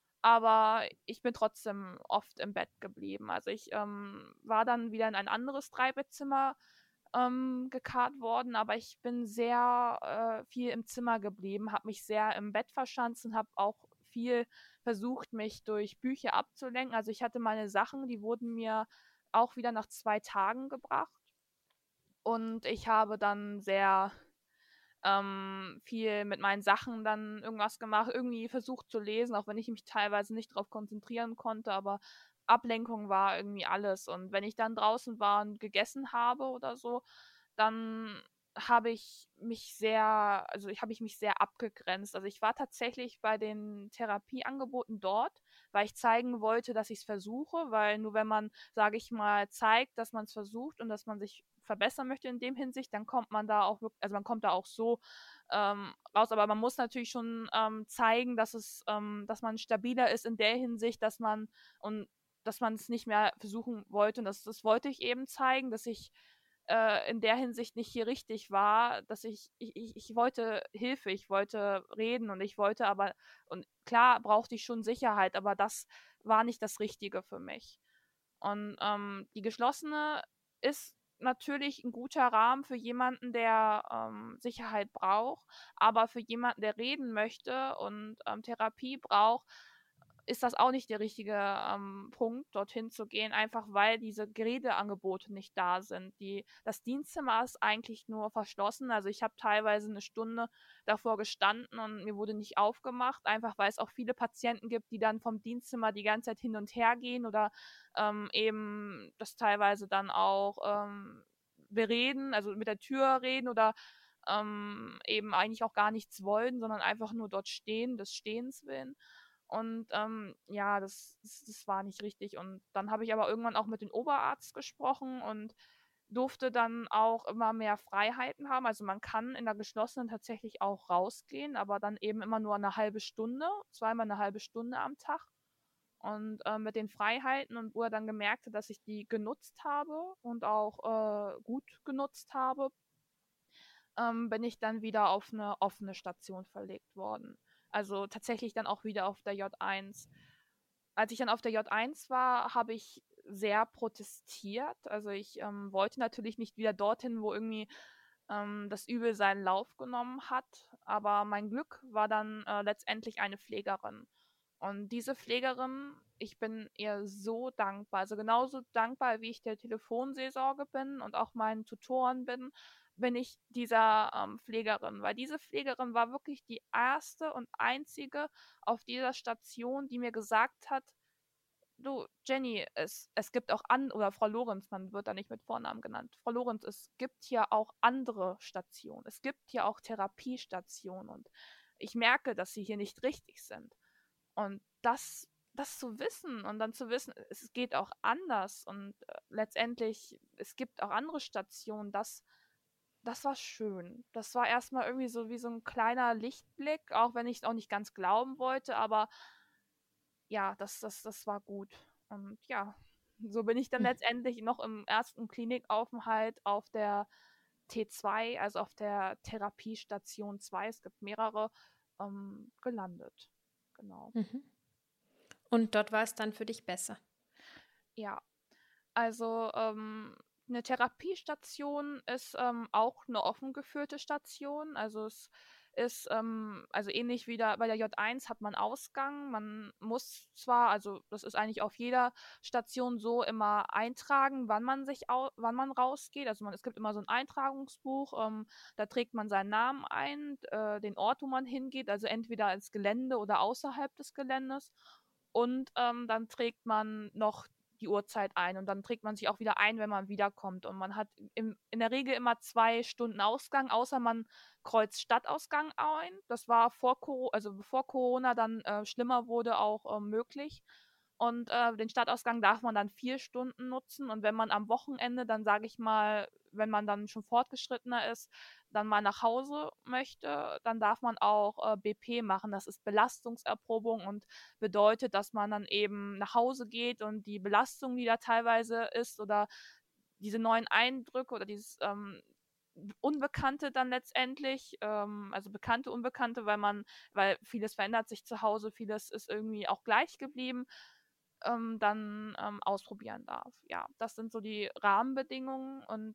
Aber ich bin trotzdem oft im Bett geblieben. Also ich ähm, war dann wieder in ein anderes Dreibettzimmer ähm, gekarrt worden, aber ich bin sehr äh, viel im Zimmer geblieben, habe mich sehr im Bett verschanzt und habe auch viel versucht, mich durch Bücher abzulenken. Also ich hatte meine Sachen, die wurden mir auch wieder nach zwei Tagen gebracht, und ich habe dann sehr ähm, viel mit meinen Sachen dann irgendwas gemacht, irgendwie versucht zu lesen, auch wenn ich mich teilweise nicht darauf konzentrieren konnte, aber Ablenkung war irgendwie alles. Und wenn ich dann draußen war und gegessen habe oder so, dann habe ich mich sehr, also ich habe ich mich sehr abgegrenzt. Also ich war tatsächlich bei den Therapieangeboten dort, weil ich zeigen wollte, dass ich es versuche, weil nur wenn man, sage ich mal, zeigt, dass man es versucht und dass man sich verbessern möchte in dem Hinsicht, dann kommt man da auch wirklich, also man kommt da auch so ähm, raus, aber man muss natürlich schon ähm, zeigen, dass es, ähm, dass man stabiler ist in der Hinsicht, dass man und dass man es nicht mehr versuchen wollte, und das, das wollte ich eben zeigen, dass ich äh, in der Hinsicht nicht hier richtig war, dass ich, ich, ich, ich wollte Hilfe, ich wollte reden, und ich wollte aber, und klar brauchte ich schon Sicherheit, aber das war nicht das Richtige für mich. Und ähm, die geschlossene ist natürlich ein guter Rahmen für jemanden, der ähm, Sicherheit braucht, aber für jemanden, der reden möchte und ähm, Therapie braucht, ist das auch nicht der richtige ähm, Punkt, dorthin zu gehen, einfach weil diese Redeangebote nicht da sind. Die, das Dienstzimmer ist eigentlich nur verschlossen. Also ich habe teilweise eine Stunde davor gestanden und mir wurde nicht aufgemacht, einfach weil es auch viele Patienten gibt, die dann vom Dienstzimmer die ganze Zeit hin und her gehen oder ähm, eben das teilweise dann auch ähm, bereden, also mit der Tür reden oder ähm, eben eigentlich auch gar nichts wollen, sondern einfach nur dort stehen, des Stehens willen. Und ähm, ja, das, das, das war nicht richtig. Und dann habe ich aber irgendwann auch mit dem Oberarzt gesprochen und durfte dann auch immer mehr Freiheiten haben. Also man kann in der geschlossenen tatsächlich auch rausgehen, aber dann eben immer nur eine halbe Stunde, zweimal eine halbe Stunde am Tag. Und äh, mit den Freiheiten und wo er dann gemerkt hat, dass ich die genutzt habe und auch äh, gut genutzt habe, ähm, bin ich dann wieder auf eine offene Station verlegt worden. Also tatsächlich dann auch wieder auf der J eins. Als ich dann auf der J eins war, habe ich sehr protestiert. Also ich ähm, wollte natürlich nicht wieder dorthin, wo irgendwie ähm, das Übel seinen Lauf genommen hat. Aber mein Glück war dann äh, letztendlich eine Pflegerin. Und diese Pflegerin, ich bin ihr so dankbar. Also genauso dankbar, wie ich der Telefonseelsorge bin und auch meinen Tutoren bin, bin ich dieser ähm, Pflegerin. Weil diese Pflegerin war wirklich die erste und einzige auf dieser Station, die mir gesagt hat, du, Jenny, es, es gibt auch an, oder Frau Lorenz, man wird da nicht mit Vornamen genannt. Frau Lorenz, es gibt hier auch andere Stationen. Es gibt hier auch Therapiestationen und ich merke, dass sie hier nicht richtig sind. Und das, das zu wissen und dann zu wissen, es geht auch anders und äh, letztendlich, es gibt auch andere Stationen, das, das war schön. Das war erstmal irgendwie so wie so ein kleiner Lichtblick, auch wenn ich es auch nicht ganz glauben wollte, aber ja, das, das, das war gut. Und ja, so bin ich dann Mhm. letztendlich noch im ersten Klinikaufenthalt auf der T zwei, also auf der Therapiestation zwei, es gibt mehrere, ähm, gelandet. Genau. Mhm. Und dort war es dann für dich besser. Ja, also ähm, eine Therapiestation ist ähm, auch eine offen geführte Station. Also es ist, ähm, also ähnlich wie da, bei der J eins hat man Ausgang. Man muss zwar, also das ist eigentlich auf jeder Station so, immer eintragen, wann man sich au wann man rausgeht. Also man, es gibt immer so ein Eintragungsbuch, ähm, da trägt man seinen Namen ein, äh, den Ort, wo man hingeht, also entweder ins Gelände oder außerhalb des Geländes. Und ähm, dann trägt man noch die Uhrzeit ein und dann trägt man sich auch wieder ein, wenn man wiederkommt. Und man hat im, in der Regel immer zwei Stunden Ausgang, außer man kreuzt Stadtausgang ein. Das war vor Corona, also bevor Corona dann äh, schlimmer wurde, auch äh, möglich. Und äh, den Stadtausgang darf man dann vier Stunden nutzen. Und wenn man am Wochenende, dann sage ich mal, wenn man dann schon fortgeschrittener ist, dann mal nach Hause möchte, dann darf man auch äh, B P machen. Das ist Belastungserprobung und bedeutet, dass man dann eben nach Hause geht und die Belastung, die da teilweise ist oder diese neuen Eindrücke oder dieses ähm, Unbekannte dann letztendlich, ähm, also bekannte Unbekannte, weil man, weil vieles verändert sich zu Hause, vieles ist irgendwie auch gleich geblieben, ähm, dann ähm, ausprobieren darf. Ja, das sind so die Rahmenbedingungen und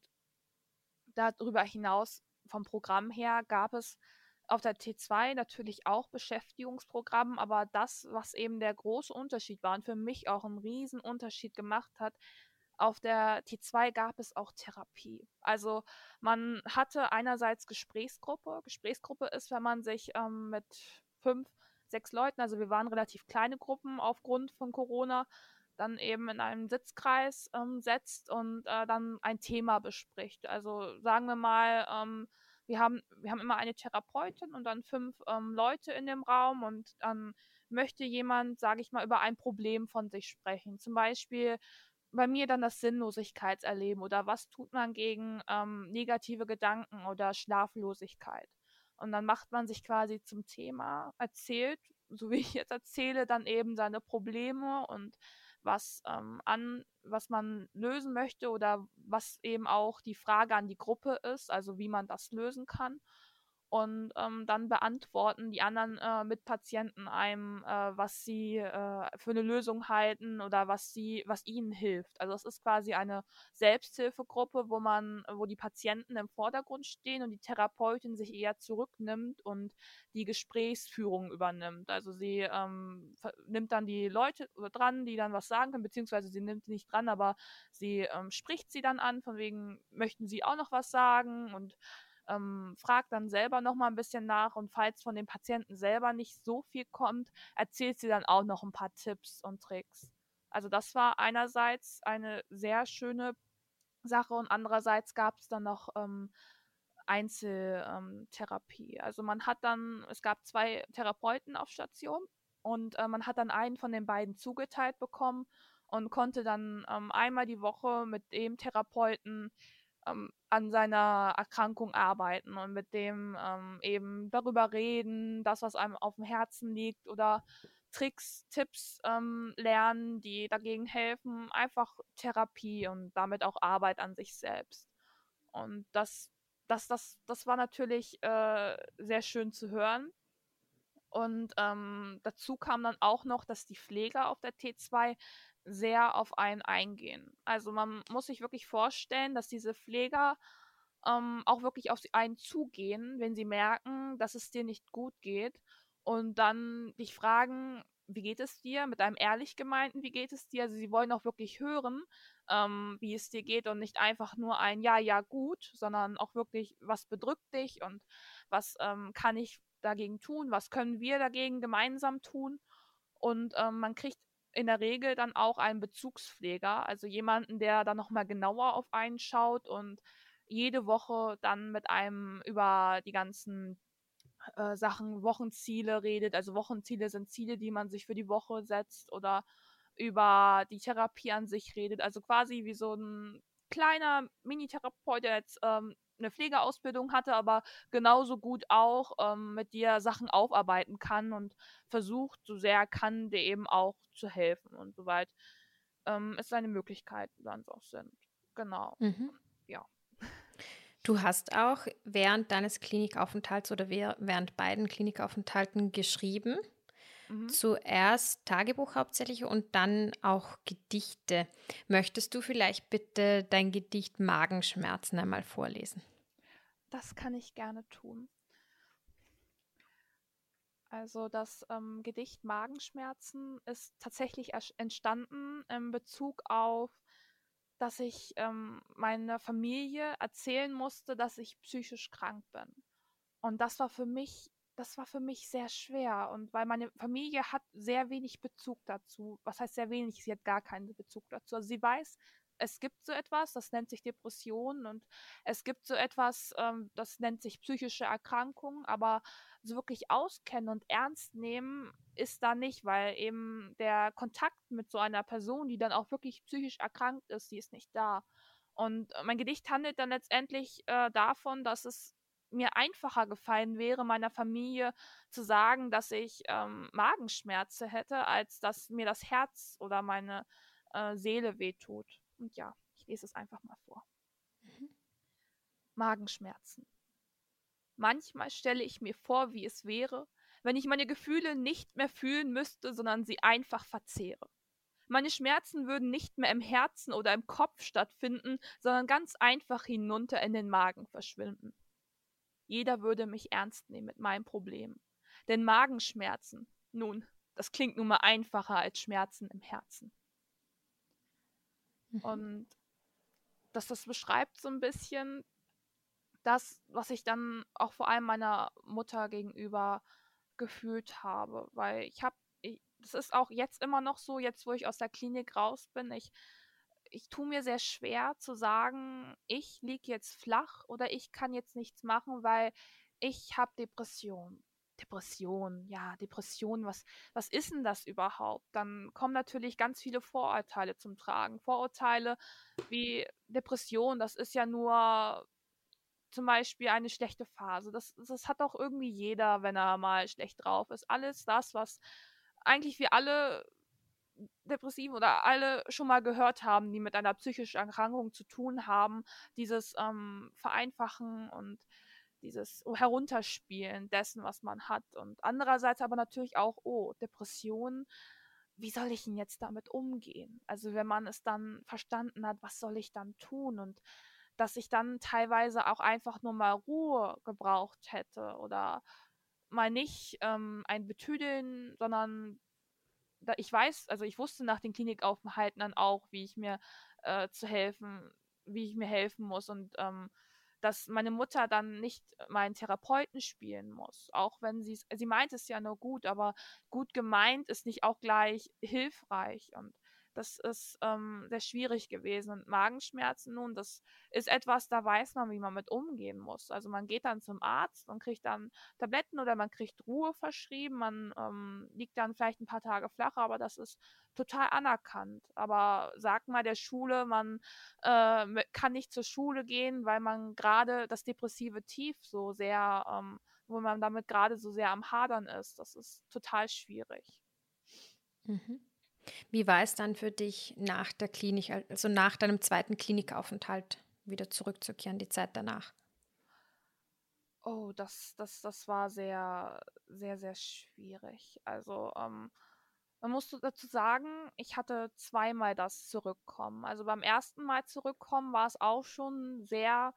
darüber hinaus vom Programm her gab es auf der T zwei natürlich auch Beschäftigungsprogramm, aber das, was eben der große Unterschied war und für mich auch einen riesen Unterschied gemacht hat, auf der T zwei gab es auch Therapie. Also man hatte einerseits Gesprächsgruppe. Gesprächsgruppe ist, wenn man sich ähm, mit fünf, sechs Leuten, also wir waren relativ kleine Gruppen aufgrund von Corona, dann eben in einem Sitzkreis ähm, setzt und äh, dann ein Thema bespricht. Also sagen wir mal, ähm, wir haben, wir haben immer eine Therapeutin und dann fünf ähm, Leute in dem Raum und dann möchte jemand, sage ich mal, über ein Problem von sich sprechen. Zum Beispiel bei mir dann das Sinnlosigkeitserleben oder was tut man gegen ähm, negative Gedanken oder Schlaflosigkeit. Und dann macht man sich quasi zum Thema, erzählt, so wie ich jetzt erzähle, dann eben seine Probleme und was ähm, an, was man lösen möchte oder was eben auch die Frage an die Gruppe ist, also wie man das lösen kann. und ähm, dann beantworten die anderen äh, Mitpatienten einem, äh, was sie äh, für eine Lösung halten oder was sie, was ihnen hilft. Also es ist quasi eine Selbsthilfegruppe, wo man, wo die Patienten im Vordergrund stehen und die Therapeutin sich eher zurücknimmt und die Gesprächsführung übernimmt. Also sie ähm, ver- nimmt dann die Leute dran, die dann was sagen können, beziehungsweise sie nimmt sie nicht dran, aber sie ähm, spricht sie dann an, von wegen, möchten sie auch noch was sagen, und ähm, fragt dann selber noch mal ein bisschen nach, und falls von dem Patienten selber nicht so viel kommt, erzählt sie dann auch noch ein paar Tipps und Tricks. Also das war einerseits eine sehr schöne Sache, und andererseits gab es dann noch ähm, Einzeltherapie. Also man hat dann, es gab zwei Therapeuten auf Station, und äh, man hat dann einen von den beiden zugeteilt bekommen und konnte dann ähm, einmal die Woche mit dem Therapeuten ähm, an seiner Erkrankung arbeiten und mit dem ähm, eben darüber reden, das, was einem auf dem Herzen liegt, oder Tricks, Tipps ähm, lernen, die dagegen helfen. Einfach Therapie und damit auch Arbeit an sich selbst. Und das, das, das, das war natürlich äh, sehr schön zu hören. Und ähm, dazu kam dann auch noch, dass die Pfleger auf der T zwei sehr auf einen eingehen. Also man muss sich wirklich vorstellen, dass diese Pfleger ähm, auch wirklich auf einen zugehen, wenn sie merken, dass es dir nicht gut geht, und dann dich fragen, wie geht es dir? Mit einem ehrlich gemeinten, wie geht es dir? Also sie wollen auch wirklich hören, ähm, wie es dir geht, und nicht einfach nur ein Ja, ja, gut, sondern auch wirklich, was bedrückt dich und was ähm, kann ich dagegen tun, was können wir dagegen gemeinsam tun. Und ähm, man kriegt in der Regel dann auch einen Bezugspfleger, also jemanden, der dann nochmal genauer auf einen schaut und jede Woche dann mit einem über die ganzen äh, Sachen, Wochenziele redet. Also Wochenziele sind Ziele, die man sich für die Woche setzt, oder über die Therapie an sich redet. Also quasi wie so ein kleiner Mini-Therapeut, der jetzt ähm, eine Pflegeausbildung hatte, aber genauso gut auch ähm, mit dir Sachen aufarbeiten kann und versucht, so sehr er kann, dir eben auch zu helfen. Und soweit ähm, es seine Möglichkeiten dann auch sind. Genau. Mhm. Ja. Du hast auch während deines Klinikaufenthalts oder während beiden Klinikaufenthalten geschrieben. Mhm. Zuerst Tagebuch hauptsächlich und dann auch Gedichte. Möchtest du vielleicht bitte dein Gedicht Magenschmerzen einmal vorlesen? Das kann ich gerne tun. Also das ähm, Gedicht Magenschmerzen ist tatsächlich ersch- entstanden in Bezug auf, dass ich ähm, meiner Familie erzählen musste, dass ich psychisch krank bin. Und das war für mich, das war für mich sehr schwer. Und weil meine Familie hat sehr wenig Bezug dazu. Was heißt sehr wenig? Sie hat gar keinen Bezug dazu. Also sie weiß, es gibt so etwas, das nennt sich Depression, und es gibt so etwas, ähm, das nennt sich psychische Erkrankung, aber so wirklich auskennen und ernst nehmen ist da nicht, weil eben der Kontakt mit so einer Person, die dann auch wirklich psychisch erkrankt ist, die ist nicht da. Und äh, mein Gedicht handelt dann letztendlich äh, davon, dass es mir einfacher gefallen wäre, meiner Familie zu sagen, dass ich ähm, Magenschmerzen hätte, als dass mir das Herz oder meine äh, Seele wehtut. Und ja, ich lese es einfach mal vor. Magenschmerzen. Manchmal stelle ich mir vor, wie es wäre, wenn ich meine Gefühle nicht mehr fühlen müsste, sondern sie einfach verzehre. Meine Schmerzen würden nicht mehr im Herzen oder im Kopf stattfinden, sondern ganz einfach hinunter in den Magen verschwinden. Jeder würde mich ernst nehmen mit meinem Problem. Denn Magenschmerzen, nun, das klingt nun mal einfacher als Schmerzen im Herzen. Mhm. Und dass das beschreibt so ein bisschen das, was ich dann auch vor allem meiner Mutter gegenüber gefühlt habe. Weil ich habe, das ist auch jetzt immer noch so, jetzt wo ich aus der Klinik raus bin, ich, ich tue mir sehr schwer zu sagen, ich liege jetzt flach oder ich kann jetzt nichts machen, weil ich habe Depression. Depression, ja, Depression, was, was ist denn das überhaupt? Dann kommen natürlich ganz viele Vorurteile zum Tragen. Vorurteile wie Depression, das ist ja nur zum Beispiel eine schlechte Phase. Das, das hat doch irgendwie jeder, wenn er mal schlecht drauf ist. Alles das, was eigentlich wir alle Depressiven oder alle schon mal gehört haben, die mit einer psychischen Erkrankung zu tun haben, dieses ähm, Vereinfachen und dieses Herunterspielen dessen, was man hat. Und andererseits aber natürlich auch, oh, Depressionen, wie soll ich denn jetzt damit umgehen? Also wenn man es dann verstanden hat, was soll ich dann tun? Und dass ich dann teilweise auch einfach nur mal Ruhe gebraucht hätte oder mal nicht ähm, ein Betüdeln, sondern da ich weiß, also ich wusste nach den Klinikaufenthalten dann auch, wie ich mir äh, zu helfen, wie ich mir helfen muss und ähm, dass meine Mutter dann nicht meinen Therapeuten spielen muss, auch wenn sie sie meint es ja nur gut, aber gut gemeint ist nicht auch gleich hilfreich und das ist ähm, sehr schwierig gewesen. Und Magenschmerzen nun, das ist etwas, da weiß man, wie man mit umgehen muss. Also man geht dann zum Arzt und kriegt dann Tabletten oder man kriegt Ruhe verschrieben, man ähm, liegt dann vielleicht ein paar Tage flach, aber das ist total anerkannt. Aber sag mal der Schule, man äh, kann nicht zur Schule gehen, weil man gerade das depressive Tief so sehr, ähm, wo man damit gerade so sehr am Hadern ist, das ist total schwierig. Mhm. Wie war es dann für dich nach der Klinik, also nach deinem zweiten Klinikaufenthalt wieder zurückzukehren, die Zeit danach? Oh, das, das, das war sehr, sehr, sehr schwierig. Also, ähm, man muss so dazu sagen, ich hatte zweimal das Zurückkommen. Also beim ersten Mal zurückkommen war es auch schon sehr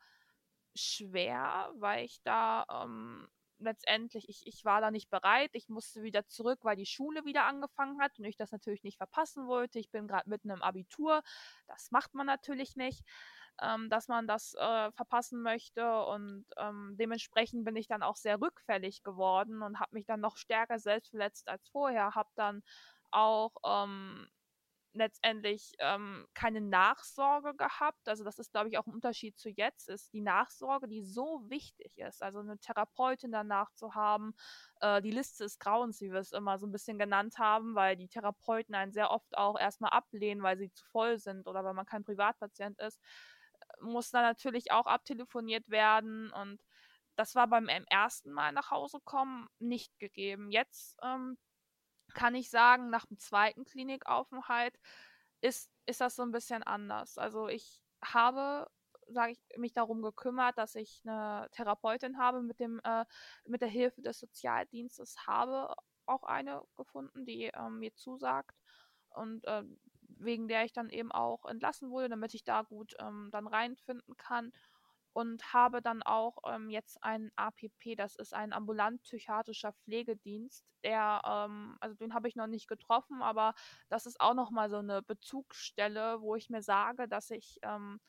schwer, weil ich da ähm, letztendlich, ich, ich war da nicht bereit. Ich musste wieder zurück, weil die Schule wieder angefangen hat und ich das natürlich nicht verpassen wollte. Ich bin gerade mitten im Abitur. Das macht man natürlich nicht, ähm, dass man das äh, verpassen möchte. Und ähm, dementsprechend bin ich dann auch sehr rückfällig geworden und habe mich dann noch stärker selbst verletzt als vorher. Habe dann auch ähm, letztendlich ähm, keine Nachsorge gehabt. Also das ist, glaube ich, auch ein Unterschied zu jetzt, ist die Nachsorge, die so wichtig ist. Also eine Therapeutin danach zu haben. Äh, die Liste des Grauens, wie wir es immer so ein bisschen genannt haben, weil die Therapeuten einen sehr oft auch erstmal ablehnen, weil sie zu voll sind oder weil man kein Privatpatient ist, muss dann natürlich auch abtelefoniert werden. Und das war beim ersten Mal nach Hause kommen nicht gegeben. Jetzt ähm, kann ich sagen, nach dem zweiten Klinikaufenthalt ist, ist das so ein bisschen anders. Also ich habe, sage ich, mich darum gekümmert, dass ich eine Therapeutin habe mit dem, äh, mit der Hilfe des Sozialdienstes habe auch eine gefunden, die ähm, mir zusagt und äh, wegen der ich dann eben auch entlassen wurde, damit ich da gut ähm, dann reinfinden kann und habe dann auch ähm, jetzt einen A P P, das ist ein ambulant-psychiatrischer Pflegedienst, der, ähm, also den habe ich noch nicht getroffen, aber das ist auch nochmal so eine Bezugsstelle, wo ich mir sage, dass ich ähm,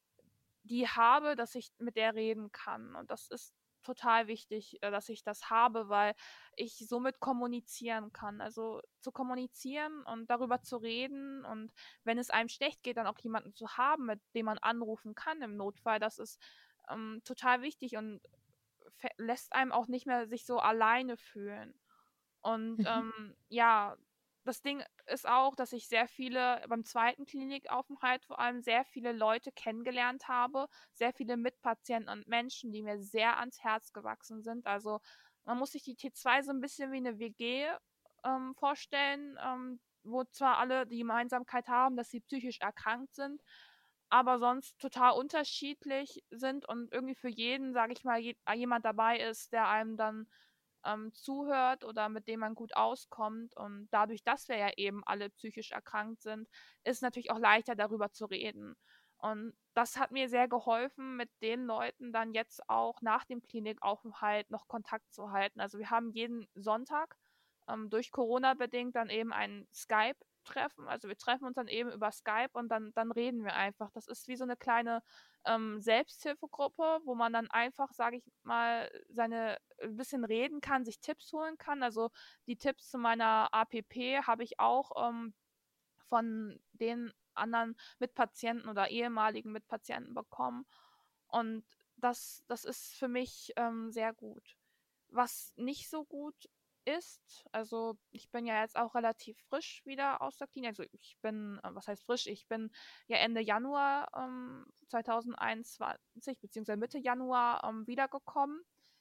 die habe, dass ich mit der reden kann. Und das ist total wichtig, äh, dass ich das habe, weil ich somit kommunizieren kann. Also zu kommunizieren und darüber zu reden und wenn es einem schlecht geht, dann auch jemanden zu haben, mit dem man anrufen kann im Notfall, das ist ähm, total wichtig und fe- lässt einem auch nicht mehr sich so alleine fühlen. Und Mhm. ähm, ja, das Ding ist auch, dass ich sehr viele, beim zweiten Klinikaufenthalt vor allem sehr viele Leute kennengelernt habe, sehr viele Mitpatienten und Menschen, die mir sehr ans Herz gewachsen sind. Also man muss sich die T zwei so ein bisschen wie eine W G ähm, vorstellen, ähm, wo zwar alle die Gemeinsamkeit haben, dass sie psychisch erkrankt sind, aber sonst total unterschiedlich sind und irgendwie für jeden, sage ich mal, je, jemand dabei ist, der einem dann ähm, zuhört oder mit dem man gut auskommt. Und dadurch, dass wir ja eben alle psychisch erkrankt sind, ist es natürlich auch leichter, darüber zu reden. Und das hat mir sehr geholfen, mit den Leuten dann jetzt auch nach dem Klinikaufenthalt noch Kontakt zu halten. Also wir haben jeden Sonntag ähm, durch Corona bedingt dann eben ein Skype-Treffen. Also wir treffen uns dann eben über Skype und dann, dann reden wir einfach. Das ist wie so eine kleine ähm, Selbsthilfegruppe, wo man dann einfach, sage ich mal, seine ein bisschen reden kann, sich Tipps holen kann. Also die Tipps zu meiner A P P habe ich auch ähm, von den anderen Mitpatienten oder ehemaligen Mitpatienten bekommen. Und das, das ist für mich ähm, sehr gut. Was nicht so gut ist, also ich bin ja jetzt auch relativ frisch wieder aus der Klinik. Also ich bin, äh, was heißt frisch? Ich bin ja Ende Januar ähm, zwanzig einundzwanzig beziehungsweise Mitte Januar ähm, wiedergekommen.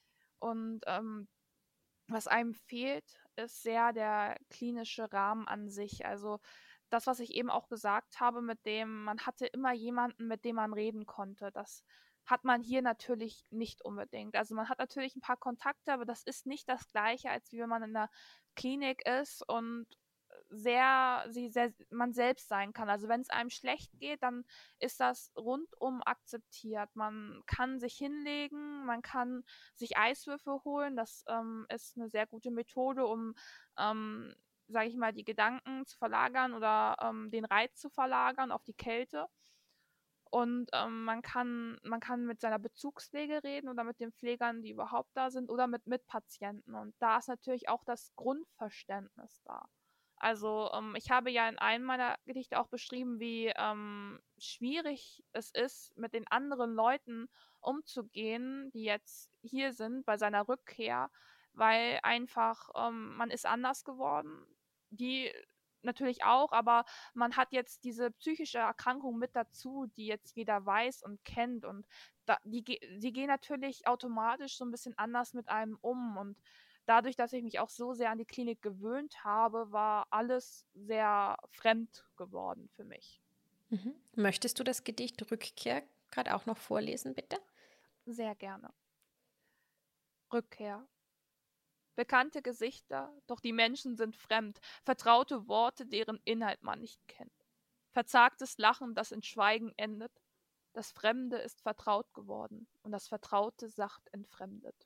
Und ähm, was einem fehlt, ist sehr der klinische Rahmen an sich. Also das, was ich eben auch gesagt habe, mit dem man hatte immer jemanden, mit dem man reden konnte. Das hat man hier natürlich nicht unbedingt. Also man hat natürlich ein paar Kontakte, aber das ist nicht das Gleiche, als wie wenn man in der Klinik ist und sehr, sie sehr man selbst sein kann. Also wenn es einem schlecht geht, dann ist das rundum akzeptiert. Man kann sich hinlegen, man kann sich Eiswürfel holen. Das ähm, ist eine sehr gute Methode, um, ähm, sage ich mal, die Gedanken zu verlagern oder ähm, den Reiz zu verlagern auf die Kälte. Und ähm, man kann, man kann mit seiner Bezugspflege reden oder mit den Pflegern, die überhaupt da sind, oder mit Mitpatienten. Und da ist natürlich auch das Grundverständnis da. Also ähm, ich habe ja in einem meiner Gedichte auch beschrieben, wie ähm, schwierig es ist, mit den anderen Leuten umzugehen, die jetzt hier sind bei seiner Rückkehr, weil einfach ähm, man ist anders geworden. Die natürlich auch, aber man hat jetzt diese psychische Erkrankung mit dazu, die jetzt jeder weiß und kennt und da, die, die gehen natürlich automatisch so ein bisschen anders mit einem um und dadurch, dass ich mich auch so sehr an die Klinik gewöhnt habe, war alles sehr fremd geworden für mich. Mhm. Möchtest du das Gedicht Rückkehr gerade auch noch vorlesen, bitte? Sehr gerne. Rückkehr. Bekannte Gesichter, doch die Menschen sind fremd, vertraute Worte, deren Inhalt man nicht kennt. Verzagtes Lachen, das in Schweigen endet. Das Fremde ist vertraut geworden und das Vertraute sacht entfremdet.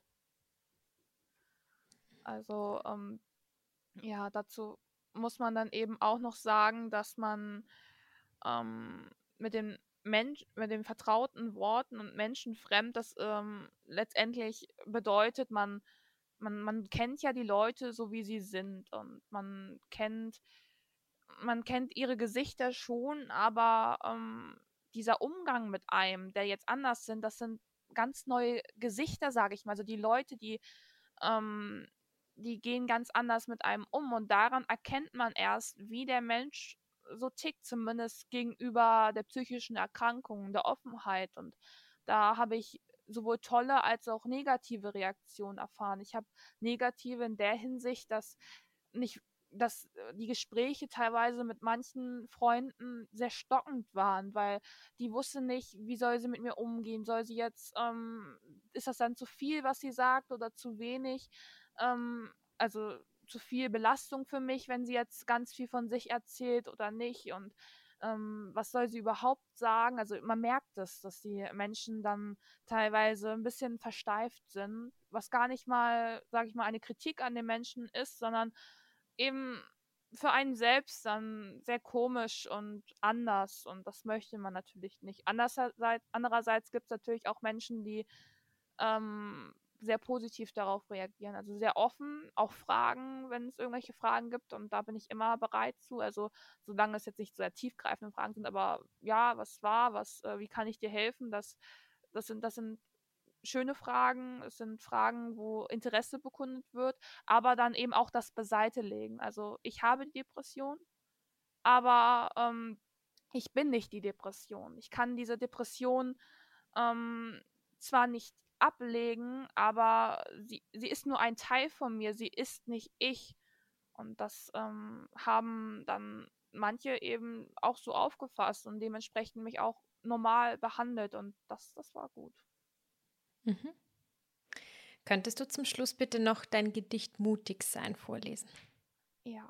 Also, ähm, ja, dazu muss man dann eben auch noch sagen, dass man ähm, mit den Mensch, mit den vertrauten Worten und menschenfremd, das ähm, letztendlich bedeutet, man, man, man kennt ja die Leute so, wie sie sind und man kennt, man kennt ihre Gesichter schon, aber ähm, dieser Umgang mit einem, der jetzt anders sind, das sind ganz neue Gesichter, sage ich mal. Also die Leute, die ähm, die gehen ganz anders mit einem um und daran erkennt man erst, wie der Mensch so tickt, zumindest gegenüber der psychischen Erkrankung, der Offenheit. Und da habe ich sowohl tolle als auch negative Reaktionen erfahren. Ich habe negative in der Hinsicht, dass nicht dass die Gespräche teilweise mit manchen Freunden sehr stockend waren, weil die wusste nicht, wie soll sie mit mir umgehen? Soll sie jetzt, ähm, ist das dann zu viel, was sie sagt oder zu wenig? Ähm, also zu viel Belastung für mich, wenn sie jetzt ganz viel von sich erzählt oder nicht und ähm, was soll sie überhaupt sagen? Also man merkt es, dass die Menschen dann teilweise ein bisschen versteift sind, was gar nicht mal, sage ich mal, eine Kritik an den Menschen ist, sondern eben für einen selbst dann sehr komisch und anders und das möchte man natürlich nicht. Andererseits, andererseits gibt es natürlich auch Menschen, die ähm, sehr positiv darauf reagieren, also sehr offen, auch fragen, wenn es irgendwelche Fragen gibt und da bin ich immer bereit zu, also solange es jetzt nicht sehr tiefgreifende Fragen sind, aber ja, was war, was, äh, wie kann ich dir helfen, das, das sind, das sind schöne Fragen, es sind Fragen, wo Interesse bekundet wird, aber dann eben auch das Beiseitelegen. Also ich habe die Depression, aber ähm, ich bin nicht die Depression. Ich kann diese Depression ähm, zwar nicht ablegen, aber sie, sie ist nur ein Teil von mir, sie ist nicht ich. Und das ähm, haben dann manche eben auch so aufgefasst und dementsprechend mich auch normal behandelt und das, das war gut. Mhm. Könntest du zum Schluss bitte noch dein Gedicht Mutig sein vorlesen? Ja.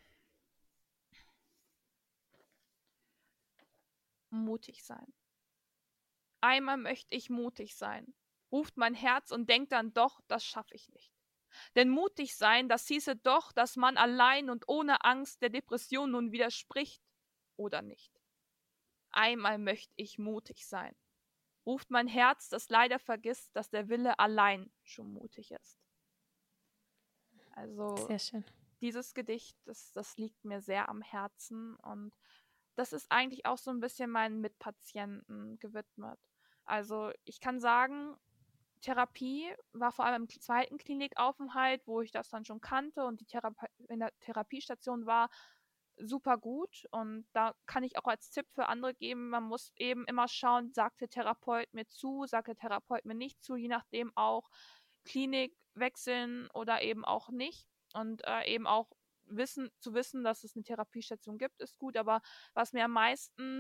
Mutig sein. Einmal möchte ich mutig sein. Ruft mein Herz und denkt dann doch, das schaffe ich nicht. Denn mutig sein, das hieße doch, dass man allein und ohne Angst der Depression nun widerspricht oder nicht. Einmal möchte ich mutig sein. Ruft mein Herz, das leider vergisst, dass der Wille allein schon mutig ist. Also Sehr schön. dieses Gedicht, das, das liegt mir sehr am Herzen und das ist eigentlich auch so ein bisschen meinen Mitpatienten gewidmet. Also ich kann sagen, Therapie war vor allem im zweiten Klinikaufenthalt, wo ich das dann schon kannte und die Therape in der Therapiestation war super gut. Und da kann ich auch als Tipp für andere geben, man muss eben immer schauen, sagt der Therapeut mir zu, sagt der Therapeut mir nicht zu, je nachdem auch Klinik wechseln oder eben auch nicht. Und äh, eben auch wissen, zu wissen, dass es eine Therapiestation gibt, ist gut. Aber was mir am meisten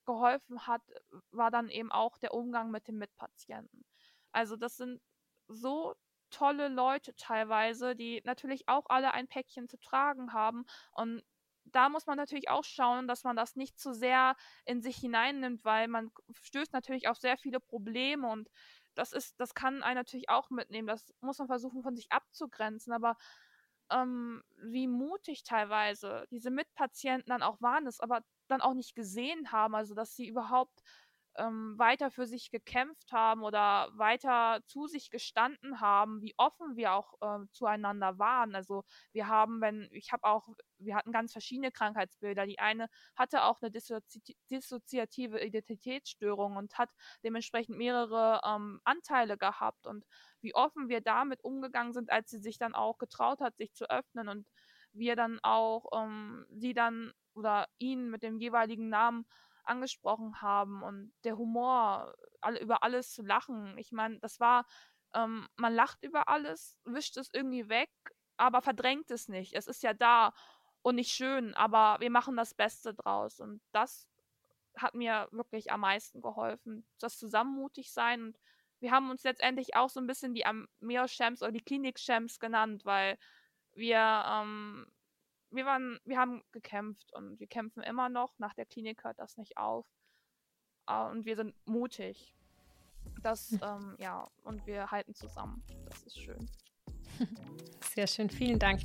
geholfen hat, war dann eben auch der Umgang mit den Mitpatienten. Also das sind so tolle Leute teilweise, die natürlich auch alle ein Päckchen zu tragen haben. Und da muss man natürlich auch schauen, dass man das nicht zu sehr in sich hineinnimmt, weil man stößt natürlich auf sehr viele Probleme und das ist, das kann einen natürlich auch mitnehmen. Das muss man versuchen, von sich abzugrenzen. Aber ähm, wie mutig teilweise diese Mitpatienten dann auch waren, es aber dann auch nicht gesehen haben, also dass sie überhaupt ähm, weiter für sich gekämpft haben oder weiter zu sich gestanden haben, wie offen wir auch äh, zueinander waren. Also wir haben, wenn, ich habe auch, wir hatten ganz verschiedene Krankheitsbilder. Die eine hatte auch eine dissozi dissoziative Identitätsstörung und hat dementsprechend mehrere ähm, Anteile gehabt und wie offen wir damit umgegangen sind, als sie sich dann auch getraut hat, sich zu öffnen und wir dann auch ähm, sie dann oder ihn mit dem jeweiligen Namen angesprochen haben und der Humor, alle, über alles zu lachen. Ich meine, das war, ähm, man lacht über alles, wischt es irgendwie weg, aber verdrängt es nicht. Es ist ja da und nicht schön, aber wir machen das Beste draus und das hat mir wirklich am meisten geholfen, das zusammen mutig sein und wir haben uns letztendlich auch so ein bisschen die Armeo-Champs oder die Klinik-Champs genannt, weil wir ähm, wir waren, wir haben gekämpft und wir kämpfen immer noch. Nach der Klinik hört das nicht auf. Uh, und wir sind mutig. Das, ähm, ja, und wir halten zusammen. Das ist schön. Sehr schön, vielen Dank.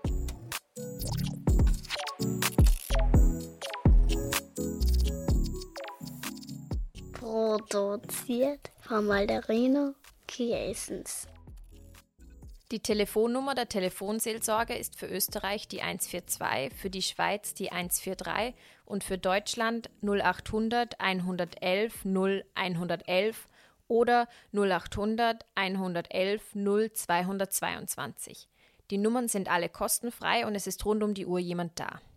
Produziert von Malderino Kiesens. Die Telefonnummer der Telefonseelsorge ist für Österreich die eins vier zwei, für die Schweiz die eins vier drei und für Deutschland null acht hundert einhundertelf null einhundertelf oder null acht hundert einhundertelf null zweihundertzweiundzwanzig. Die Nummern sind alle kostenfrei und es ist rund um die Uhr jemand da.